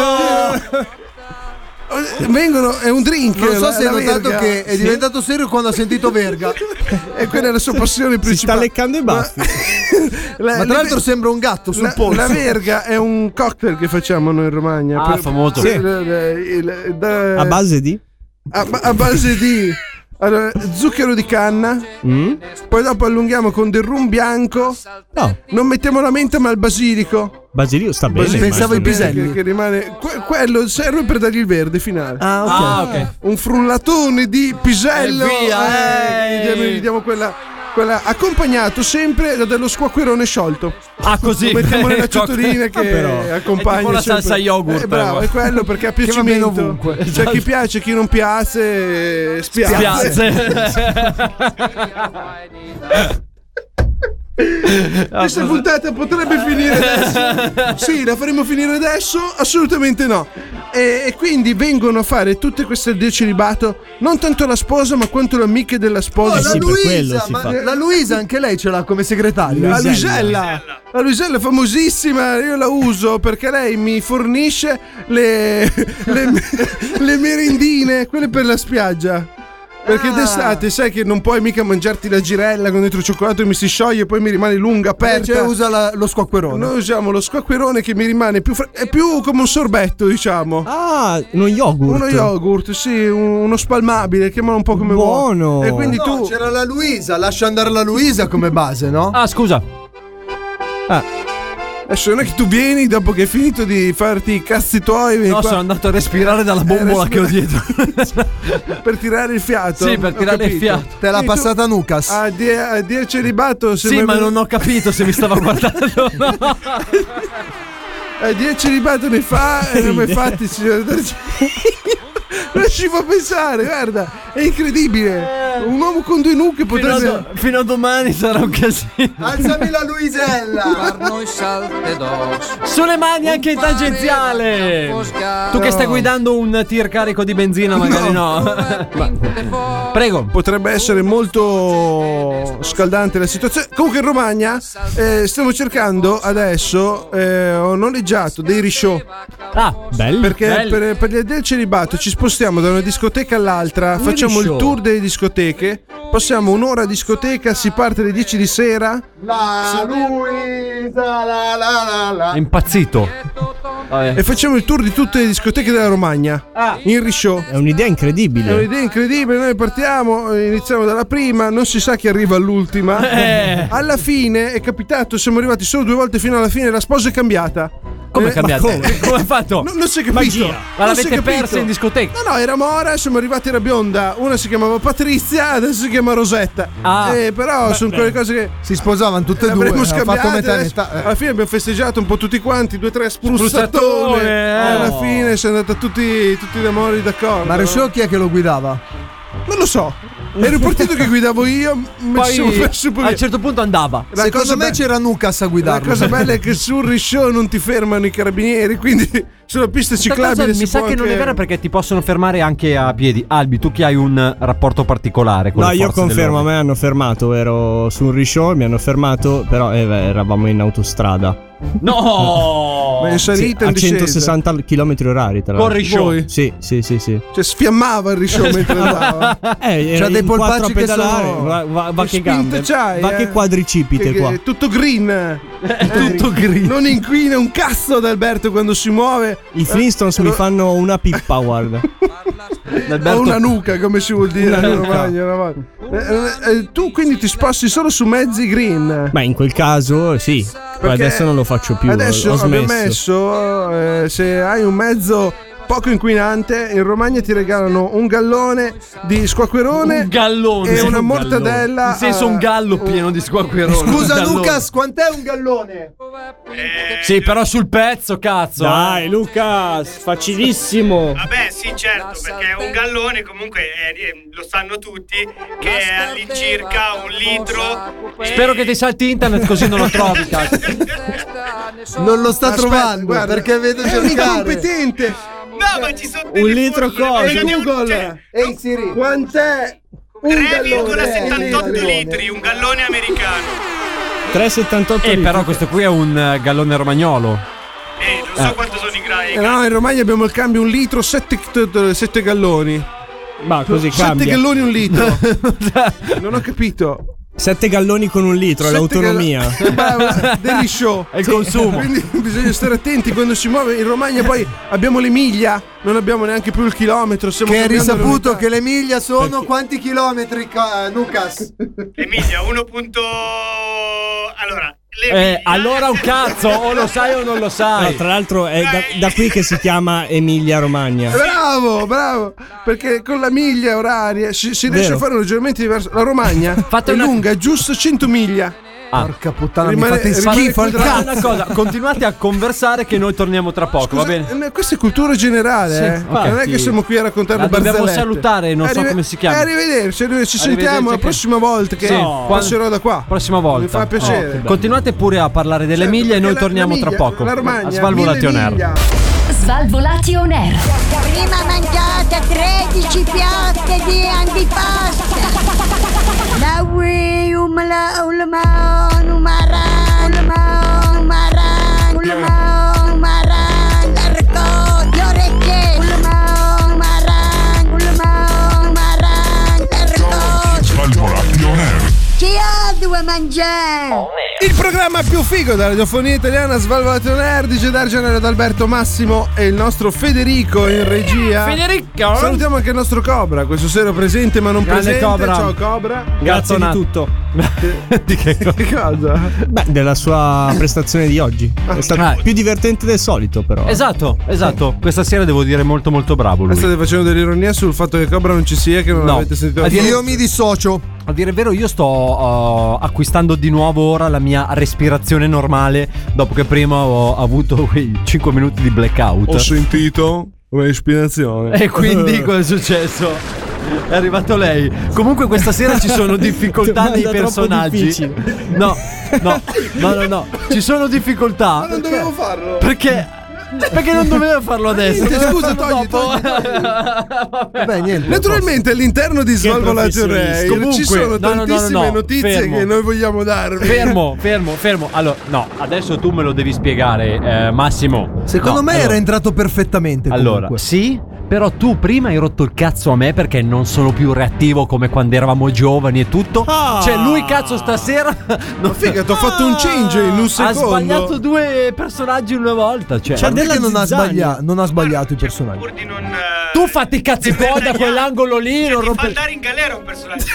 Vengono, è un drink. Non so la- se hai la notato verga. che è diventato serio quando ha sentito verga. E quella è la sua passione Si sta principale. leccando i baffi. La- Ma tra la- l'altro sembra un gatto sul la, polso. la verga è un cocktail che facciamo noi in Romagna. Ah, famoso. per- Sì. il- il- da- A base di? a, a base di allora, zucchero di canna. Mm? Poi dopo allunghiamo con del rum bianco. No, Non mettiamo la menta ma il basilico. basilico sta bene. Basilico pensavo sta ai bene, piselli. Che, che rimane, que- quello serve per dargli il verde finale. Ah, ok. Ah, ok. Un frullatone di pisello. E via, eh, eh. gli diamo, gli diamo quella, quella accompagnato sempre da dello squacquerone sciolto. Ah, così. Lo mettiamo nella ciotolina che Ah, però. accompagna È tipo la sempre. salsa yogurt, Eh, bravo, però. è quello perché ha va bene piacimento. ovunque. C'è chi piace, chi non piace, spiace. Spiazze. Questa puntata potrebbe finire adesso. Sì, la faremo finire adesso? Assolutamente no. E, e quindi vengono a fare tutte queste addio celibato non tanto la sposa, ma quanto l'amica della sposa. Oh, Eh la sì, per quello Luisa, si ma fa. la Luisa anche lei ce l'ha come segretaria. La Luisella. Luisella, la Luisella è famosissima, io la uso perché lei mi fornisce le, le, le merendine, quelle per la spiaggia. Perché Ah. d'estate sai che non puoi mica mangiarti la girella con dentro il cioccolato e mi si scioglie e poi mi rimane lunga, aperta. Invece usa la- lo squacquerone. Noi usiamo lo squacquerone che mi rimane più fre- è più come un sorbetto, diciamo. Ah, uno yogurt. Uno yogurt, sì, un- uno spalmabile, chiamalo un po' come Buono. vuoi. E quindi No, tu c'era la Luisa, lascia andare la Luisa come base, no? Ah, scusa. Ah, Adesso non è che tu vieni dopo che hai finito di farti i cazzi tuoi. No, qua. sono andato a respirare dalla bombola Eh, che ho dietro. Per tirare il fiato. Sì, per Ho tirare il capito. fiato. Te l'ha Quindi tu passata Nucas. A die, a die celibato. se Sì, mai ma venuto- non ho capito se mi stava guardando. No. A die celibato ne fa e non mi fatti, signore. Non ci fa pensare, guarda, è incredibile. Un uomo con due nuche Fino a, potrebbe. do- fino a domani sarà un casino. Alzami la Luisella. Sulle mani anche in tangenziale. Tu che stai guidando un tir carico di benzina, magari no. Ma- Prego. Potrebbe essere molto scaldante la situazione. Comunque in Romagna eh, stiamo cercando adesso, eh, ho noleggiato dei risciò. Ah, belli. Perché belli. per, per gli addetti al celibato ci spostiamo da una discoteca all'altra, Un facciamo risciò. il tour delle discoteche, passiamo un'ora a discoteca, si parte alle dieci di sera. La Luisa, la la la la. È impazzito. Vabbè. E facciamo il tour di tutte le discoteche della Romagna in risciò. È un'idea È incredibile. un'idea incredibile, noi partiamo, iniziamo dalla prima, non si sa chi arriva all'ultima. Eh. Alla fine è capitato, siamo arrivati solo due volte fino alla fine, la sposa è cambiata. Come Eh, è cambiato? ma Come ha fatto? No, non si è capito. Magia. Ma Non si è l'avete capito. persa in discoteca? No, no, era Mora, siamo arrivati era bionda. Una si chiamava Patrizia, adesso si chiama Rosetta. Ah. Eh, però Beh, sono beh. quelle cose che Si sposavano tutte e due. avremmo Hanno fatto scambiate. metà e adesso. metà. eh. Alla fine abbiamo festeggiato un po' tutti quanti, due o tre spruzzatone. Spruzzatone, E eh. alla fine siamo andati tutti, tutti d'amore d'accordo. Ma Risciò chi è che lo guidava? Non lo so. Era il partito che guidavo io. Mi ci sono Poi perso pure a io. un certo punto andava. La Secondo cosa me be- c'era Nucas a La guidarlo. cosa bella è che sul risciò non ti fermano i carabinieri, quindi sulla pista Questa ciclabile cosa si mi sa può che non è anche- vera perché ti possono fermare anche a piedi. Albi, tu che hai un rapporto particolare con No, le io forze confermo, a dell'ordine. me hanno fermato, ero su un risciò, mi hanno fermato, però eh, beh, eravamo in autostrada. No! Ma in Sì, salita a in discesa. centosessanta chilometri orari, tra Con l'altro. risciò. Voi? Sì, sì, sì, sì. Cioè sfiammava il risciò mentre andava. Eh, C'ha era dei in quattro polpacci a che pedalare, sono- va, va- va Che che spinte gambe, c'hai, va eh? che quadricipite Che- qua. che- tutto green. Tutto green. Non inquina un cazzo ad Alberto quando si muove. I Flintstones mi fanno una pippa, guarda. Ha una nuca, come si vuol dire Una in nuca. Romagna, una volta. Eh, eh, tu quindi ti sposti solo su mezzi green. Ma in quel caso sì. Poi Perché adesso non lo faccio più. Adesso ho abbiamo smesso. messo, eh, se hai un mezzo poco inquinante, in Romagna ti regalano un gallone di squacquerone Un gallone. e una Un mortadella. gallone. In senso un gallo eh, pieno di squacquerone. Scusa Un gallone. Lucas, quant'è un gallone? Sì, però sul pezzo, cazzo. Dai, Lucas, facilissimo. Vabbè, sì, certo, perché un gallone comunque è- è- lo sanno tutti che è all'incirca un litro. Spero che ti salti internet così non lo trovi, cazzo. Non lo sta Aspetta, trovando guarda, perché vedo è un cercare. incompetente. No, ma ci sono Un litro cosa? Google. Ehi Siri, Quant'è un tre virgola gallone? settantotto Eh, litri, un gallone americano. tre virgola settantotto Eh, litri. però questo qui è un eh, gallone romagnolo. Eh, non so quanto sono i gradi. Eh, no, in Romagna abbiamo il cambio un litro, sette, sette galloni. Ma così Sette cambia. galloni un litro. Non ho capito. Sette galloni con un litro, è Sette l'autonomia. gallo- Bravo, degli show. È il consumo. Quindi bisogna stare attenti quando si muove. In Romagna poi abbiamo le miglia, non abbiamo neanche più il chilometro. Stiamo che è cambiando le risaputo unità. che le miglia sono quanti chilometri, ca- Lucas? Emilia, uno punto... Allora, le Eh, miglia- allora un cazzo, o lo sai o non lo No, sai. tra l'altro è da, da qui che si chiama Emilia Romagna. Bravo, bravo. Perché con la miglia oraria si, si riesce Vero. a fare un ragionamento diverso. La Romagna Fate è una- lunga, giusto cento miglia. Ah. Porca puttana, Rimane- mi fate rimane schifo al quadrato. Fate cazzo. una cosa, continuate a conversare che noi torniamo tra poco, va bene? Eh, Questa è cultura generale, Sì, eh. infatti. Non è che siamo qui a raccontare La dobbiamo barzellette. salutare, non so come si chiama. Eh, arrivederci, arrivederci, ci Arrivederci sentiamo la che- prossima volta che Sì, passerò da qua. Prossima volta. Mi fa piacere. Oh, continuate pure a parlare delle Certo, miglia e perché noi la- torniamo la tra miglia, poco. La Romagna, A Svalvolati on mille air. miglia. Svalvolati on air. Prima mangiate tredici piatte di antipasta. La ui umla ulma umaran ulma umaran ulma umaran l'arco le orecchie ulma umaran ulma umaran l'arco. Svalvolati on air. Chi ha due mangiare? Il programma più figo della radiofonia italiana, Svalvolation Air, dice Dargianello, Adalberto, Massimo e il nostro Federico in regia. Federico! Salutiamo anche il nostro Cobra, questo sera presente ma non Grande presente. Cobra. Ciao Cobra. Grazie Gazzona- di tutto. Di che cosa? Beh, della sua prestazione di oggi. È stato Ah. più divertente del solito, però. Esatto, esatto. Questa sera devo dire molto molto bravo lui. State facendo dell'ironia sul fatto che Cobra non ci sia, che non No. avete sentito A la dire- sua- Io mi dissocio. A dire il vero, io sto uh, acquistando di nuovo ora la mia respirazione normale, dopo che prima ho avuto quei cinque minuti di blackout. Ho sentito un'ispirazione. E quindi cosa è successo? È arrivato lei. Comunque questa sera ci sono difficoltà nei Domanda troppo personaggi. difficile. No, no, no, no, no. Ci sono difficoltà. Ma non dovevo farlo. Perché? Perché non dovevo farlo adesso? Niente, dovevo scusa, farlo togli, dopo. togli, Vabbè, niente. Naturalmente all'interno di Svalvolation Air Comunque, ci sono no, no, no, no, tantissime no, notizie fermo. che noi vogliamo darvi. Fermo, fermo, fermo. Allora, no, adesso tu me lo devi spiegare, eh, Massimo. Secondo No, me allora, era entrato perfettamente. Allora, comunque. sì, però tu prima hai rotto il cazzo a me perché non sono più reattivo come quando eravamo giovani e tutto. Ah. Cioè, lui cazzo stasera Ma figa, ti ho fatto un change in un ha secondo. sbagliato due personaggi una volta. Cioè, Cioè, della perché non ha, zizzania. sbaglia- non ha sbagliato i personaggi. Pur di non. tu fatti i cazzi tuoi da quell'angolo lì, Cioè, non ti fa rompe. andare in galera un personaggio.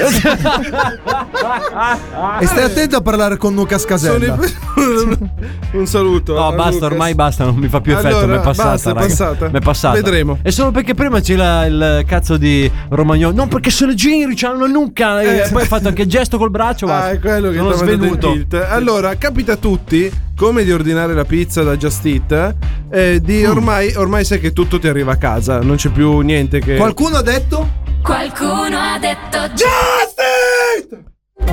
E stai attento a parlare con Luca Sono Scasella. i- un saluto. No, a basta, Lucas. ormai basta, non mi fa più effetto, Allora, mi è passata, basta, è raga. passata. Mi è passata. Vedremo. È solo perché prima c'era il cazzo di Romagnoli. Non perché se le giri, c'hanno una nuca. E Eh. poi hai fatto anche il gesto col braccio. Ah, basta. è quello che non ti ho ha mandato in svenuto. tilt. Allora, capita a tutti, come di ordinare la pizza da Just Eat, eh, di ormai, ormai sai che tutto ti arriva a casa, non c'è più niente che. Qualcuno ha detto? Qualcuno ha detto Just Eat!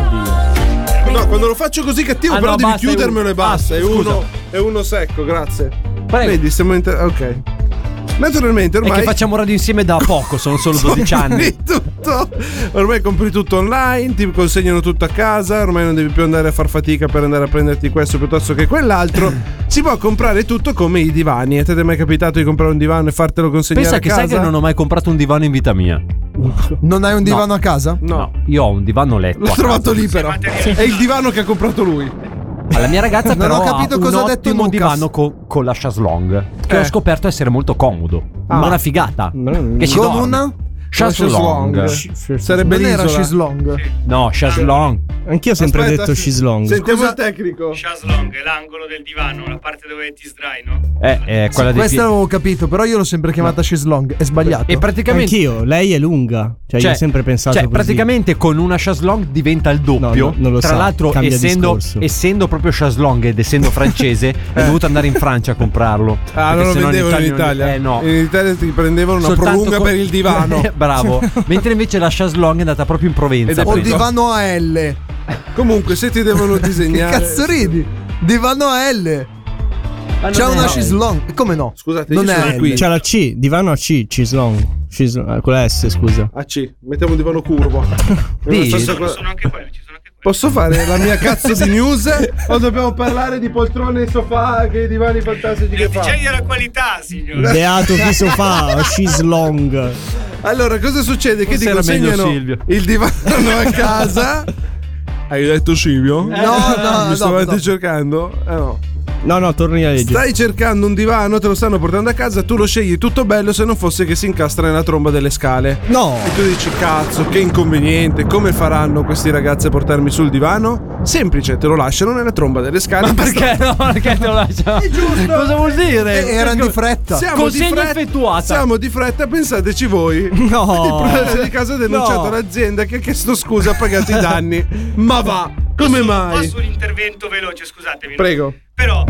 No, quando lo faccio così cattivo, Ah, però no, devi basta, è chiudermelo uno. e basta. Ah, è, scusa. uno, è uno secco, grazie. Prego. Vedi, stiamo inter- ok. Naturalmente È ormai. che facciamo radio insieme da poco, sono solo dodici anni. Tutto. Ormai compri tutto online, ti consegnano tutto a casa, ormai non devi più andare a far fatica per andare a prenderti questo piuttosto che quell'altro. Si può comprare tutto come i divani. A te ti è mai capitato di comprare un divano e fartelo consegnare Pensa a che casa? sai che non ho mai comprato un divano in vita mia. Non hai un divano No. a casa? No. Io ho un divano letto. L'ho a trovato casa. lì però. È il divano che ha comprato lui. Alla mia ragazza Non però ho capito ha un cosa ha detto ottimo Lucas. divano co- con la chaslong che Eh. ho scoperto essere molto comodo. Ma una figata. Che ci Con dorme. una? Chaslong. Sarebbe Non era l'isola. Shislong. No, chaslong. Anch'io ho sempre Aspetta, detto sì. shislong. Sentiamo il tecnico. Chaslong è l'angolo del divano, la parte dove ti sdrai, no? Eh, è quella Sì, dei questa pie- l'avevo capito, però io l'ho sempre chiamata Shislong. È sbagliato. E praticamente Anch'io, lei è lunga. Cioè, io ho sempre pensato cioè, così. praticamente con una chaslong diventa il doppio. No, no, non lo Tra sa, l'altro, cambia essendo, discorso. essendo proprio chaslong ed essendo francese, è dovuto andare in Francia a comprarlo. Ah, Perché non lo sennò vendevano in non- Italia. Eh, no. In Italia ti prendevano una Soltanto prolunga con- per il divano. Bravo. Mentre invece la chaslong è andata proprio in Provenza. Ed è O Preso- divano a L. Comunque, se ti devono Che disegnare. cazzo ridi? Divano a L. Ah, non C'è è- una no. Shislong. Come no? Scusate, Non io è sono L. qui. C'è la C, divano a C, shislong. Shislong, eh, con la S, scusa. A C, mettiamo un divano curvo. Sì. Stessa Sono, cosa- sono anche quelli, ci sono anche quelli. Posso fare la mia cazzo di news? O dobbiamo parlare di poltrone e sofà, che divani fantastici che fa? D J della qualità, signore. Beato chi so fa, shislong. Allora, cosa succede? Che Forse ti era meglio consegnano Silvio. il divano a casa? Hai detto Silvio? No, no, Mi no, stavate no. cercando? Eh no. No, no, torni a leggere. Stai cercando un divano, te lo stanno portando a casa, tu lo scegli tutto bello se non fosse che si incastra nella tromba delle scale. No. E tu dici, cazzo, che inconveniente, come faranno questi ragazzi a portarmi sul divano? Semplice, te lo lasciano nella tromba delle scale. Ma perché no? Perché te lo lasciamo? È giusto. Cosa vuol dire? Eh, erano di fretta. Siamo di Consegna fretta, effettuata. siamo di fretta, pensateci voi. No. Il proprietario di casa ha denunciato No. l'azienda che ha chiesto scusa, ha pagato i danni. Ma va, come mai? Posso un intervento veloce, scusatemi. Prego. Però,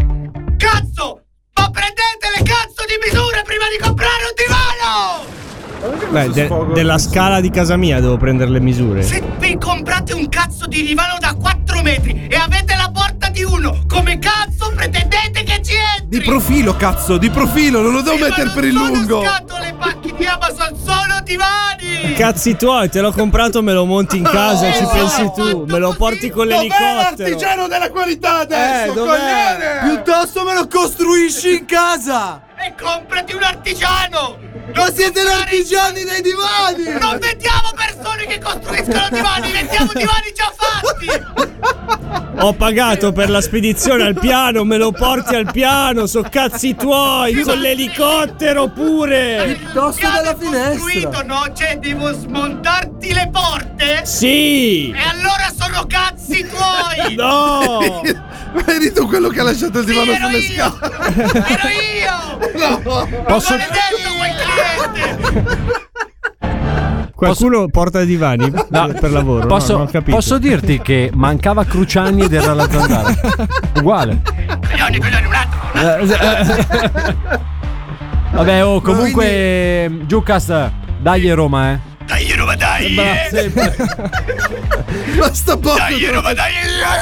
cazzo! Ma prendete le cazzo di misure prima di comprare un divano! Beh, de- della scala di casa mia devo prendere le misure. Se vi comprate un cazzo di divano da quattro metri e avete la porta di uno, come cazzo pretendete che ci entri? Di profilo, cazzo, di profilo, non lo devo Sì, ma mettere non per il sono lungo. scatole, pacchi di Amazon, sono divani! Cazzi tuoi, te l'ho comprato, me lo monti in casa e ci pensi tu. Me lo porti con Dov'è l'elicottero. l'artigiano della qualità adesso, Eh, dov'è? coglione? Piuttosto me lo costruisci in casa. E comprati un artigiano! Ma siete gli artigiani dei divani! Non vendiamo persone che costruiscono divani, vendiamo divani già fatti! Ho pagato per la spedizione al piano, me lo porti al piano, so cazzi tuoi, con l'elicottero pure! Piuttosto dalla finestra! Costruito, no? Cioè, devo smontarti le porte? Sì! E allora sono cazzi tuoi! No! Ma eri tu quello che ha lasciato il divano Sì, ero sulle io! scale? Ero io! No! Posso- Non detto quel cliente! Qualcuno porta i divani No, per lavoro? Posso, no, non ho capito. posso dirti che mancava Cruciani ed era la zanzara. Uguale. Coglioni, coglioni, un attimo! Vabbè, oh, comunque, Giucas, dai Roma, eh. Dai Roma, dai! Bra- sempre. Basta poco! Dai Roma, dai!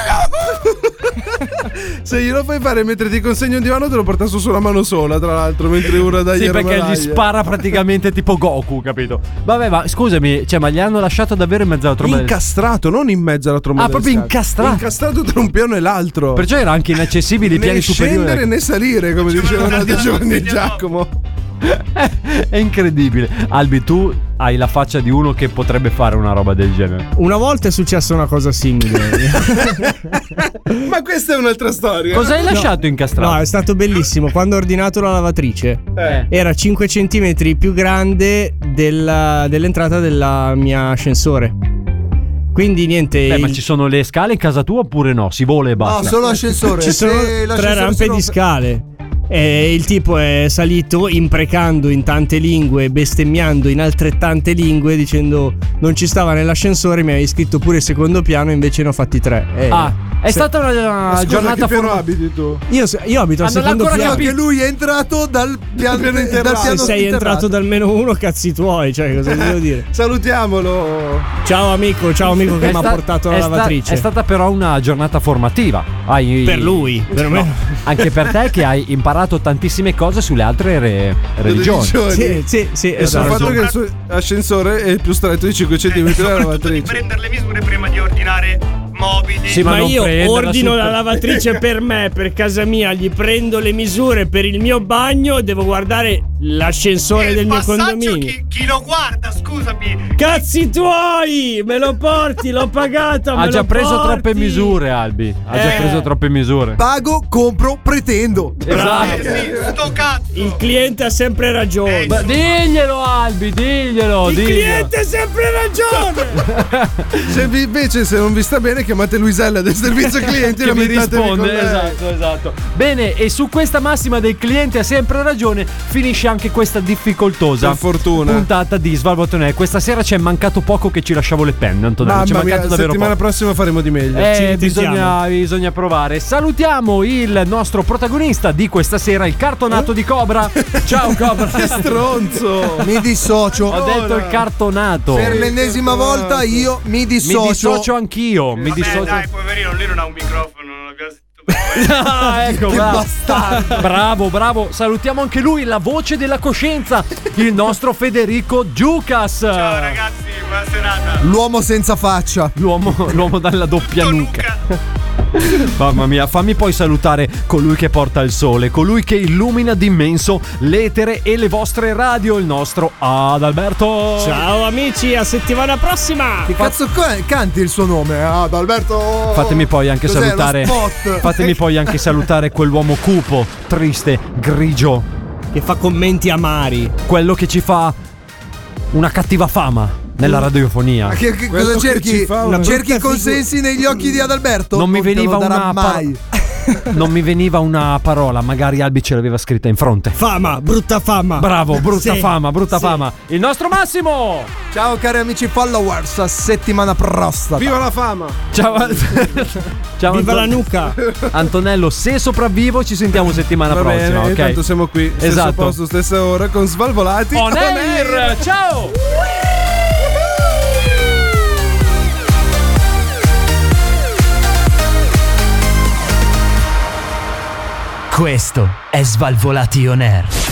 Se glielo fai fare mentre ti consegno un divano, te lo porta su sulla mano sola, tra l'altro, mentre ora dai Sì, Roma, perché dai. gli spara praticamente tipo Goku, capito? Vabbè, ma scusami, cioè, ma gli hanno lasciato davvero in mezzo alla tromba del- Incastrato, non in mezzo alla tromba Ah, delle proprio scale. incastrato. Incastrato tra un piano e l'altro. Perciò era anche inaccessibile i né piani superiori. scendere né salire, come dicevano di Giovanni e Giacomo. È incredibile. Albi, tu hai la faccia di uno che potrebbe fare una roba del genere. Una volta è successa una cosa simile. Ma questa è un'altra storia. Cosa hai lasciato incastrato? No, è stato bellissimo. Quando ho ordinato la lavatrice, Eh. era cinque centimetri più grande della- dell'entrata della mia ascensore. Quindi niente. Beh, il- ma ci sono le scale in casa tua oppure no? Si vola e basta. No, solo ascensore. Ci sono Se tre l'ascensore rampe si di rompe- scale. E il tipo è salito imprecando in tante lingue, bestemmiando in altrettante lingue, dicendo non ci stava nell'ascensore, mi avevi scritto pure il secondo piano, invece ne ho fatti tre. E- Ah, è se- stata una, una Ma scusa, giornata che piano forma- abiti tu? Io, io abito al Ah, non l'ha secondo ancora piano. Che lui è entrato dal piano, piano dal interrato. piano Se sei interrato. entrato dal meno uno, cazzi tuoi, cioè cosa devo dire? Salutiamolo. Ciao amico, ciao amico che È mi ha sta- portato la è sta- lavatrice. È stata però una giornata formativa. Hai- Per lui, per me. No, anche per te che hai imparato tantissime cose sulle altre re- religioni. Sì, sì, sì, E sul esatto. fatto che il suo ascensore è il più stretto di cinque centimetri della lavatrice. Prendere le misure prima di ordinare mobili. Sì, ma Ma non io prenderla ordino sul- la lavatrice per me, per casa mia, gli prendo le misure per il mio bagno e devo guardare l'ascensore il del mio passaggio condominio. Chi, chi lo guarda, scusami. Cazzi tuoi! Me lo porti, l'ho pagato. Ha me già lo preso porti. troppe misure, Albi. Ha già Eh. preso troppe misure. Pago, compro, pretendo. Esatto. Eh sì, sto cazzo. Il cliente ha sempre ragione. Ma diglielo, Albi, diglielo. Il diglielo. cliente ha sempre ragione. Se vi, invece, se non vi sta bene, chiamate Luisella del servizio clienti e Che vi lamentatevi con risponde, lei. esatto, esatto. Bene, e su questa massima del cliente ha sempre ragione, finisce anche questa difficoltosa Per fortuna. puntata di Svalvolation. Questa sera ci è mancato poco che ci lasciavo le penne, Antonello. Ci è Mamma mia, mancato davvero settimana poco. prossima faremo di meglio. Eh, Ci intentiamo. bisogna, bisogna provare. Salutiamo il nostro protagonista di questa sera, il cartonato di Cobra. Ciao Cobra. Che stronzo! Mi dissocio. Ho detto il cartonato. Per l'ennesima volta io mi Mi dissocio. dissocio anch'io. Mi Vabbè, dissocio. dai, poverino, lui non ha un microfono, non l'abbiamo sentito. Ah, ecco, Che bravo. bastardo. bravo, bravo. Salutiamo anche lui, la voce della coscienza, il nostro Federico Giucas. Ciao ragazzi, buona serata. L'uomo senza faccia. L'uomo, l'uomo dalla doppia nuca. Mamma mia, fammi poi salutare colui che porta il sole, colui che illumina d'immenso l'etere e le vostre radio, il nostro Adalberto. Ciao amici, a settimana prossima. Che cazzo ca- canti il suo nome? Ah, Adalberto. Fatemi poi anche Cos'è, salutare. lo spot? Fatemi poi anche salutare quell'uomo cupo, triste, grigio, Che fa commenti amari. quello che ci fa una cattiva fama nella radiofonia. Ma che, che Quello cosa che cerchi? ci fa una Cerchi brutta consensi negli occhi di Adalberto? Non mi te lo veniva darà una par- mai. Non mi veniva una parola, magari Albi ce l'aveva scritta in fronte. Fama, brutta fama. Bravo, brutta Sì, fama, brutta sì. fama. Il nostro Massimo! Ciao cari amici followers, a settimana prossima. Viva la fama! Ciao, Ciao Viva Anton- la nuca. Antonello, se sopravvivo ci sentiamo settimana Va prossima, bene, ok? intanto siamo qui, stesso Esatto. posto, stessa ora, con Svalvolati On air! Ciao! Questo è Svalvolati On Air.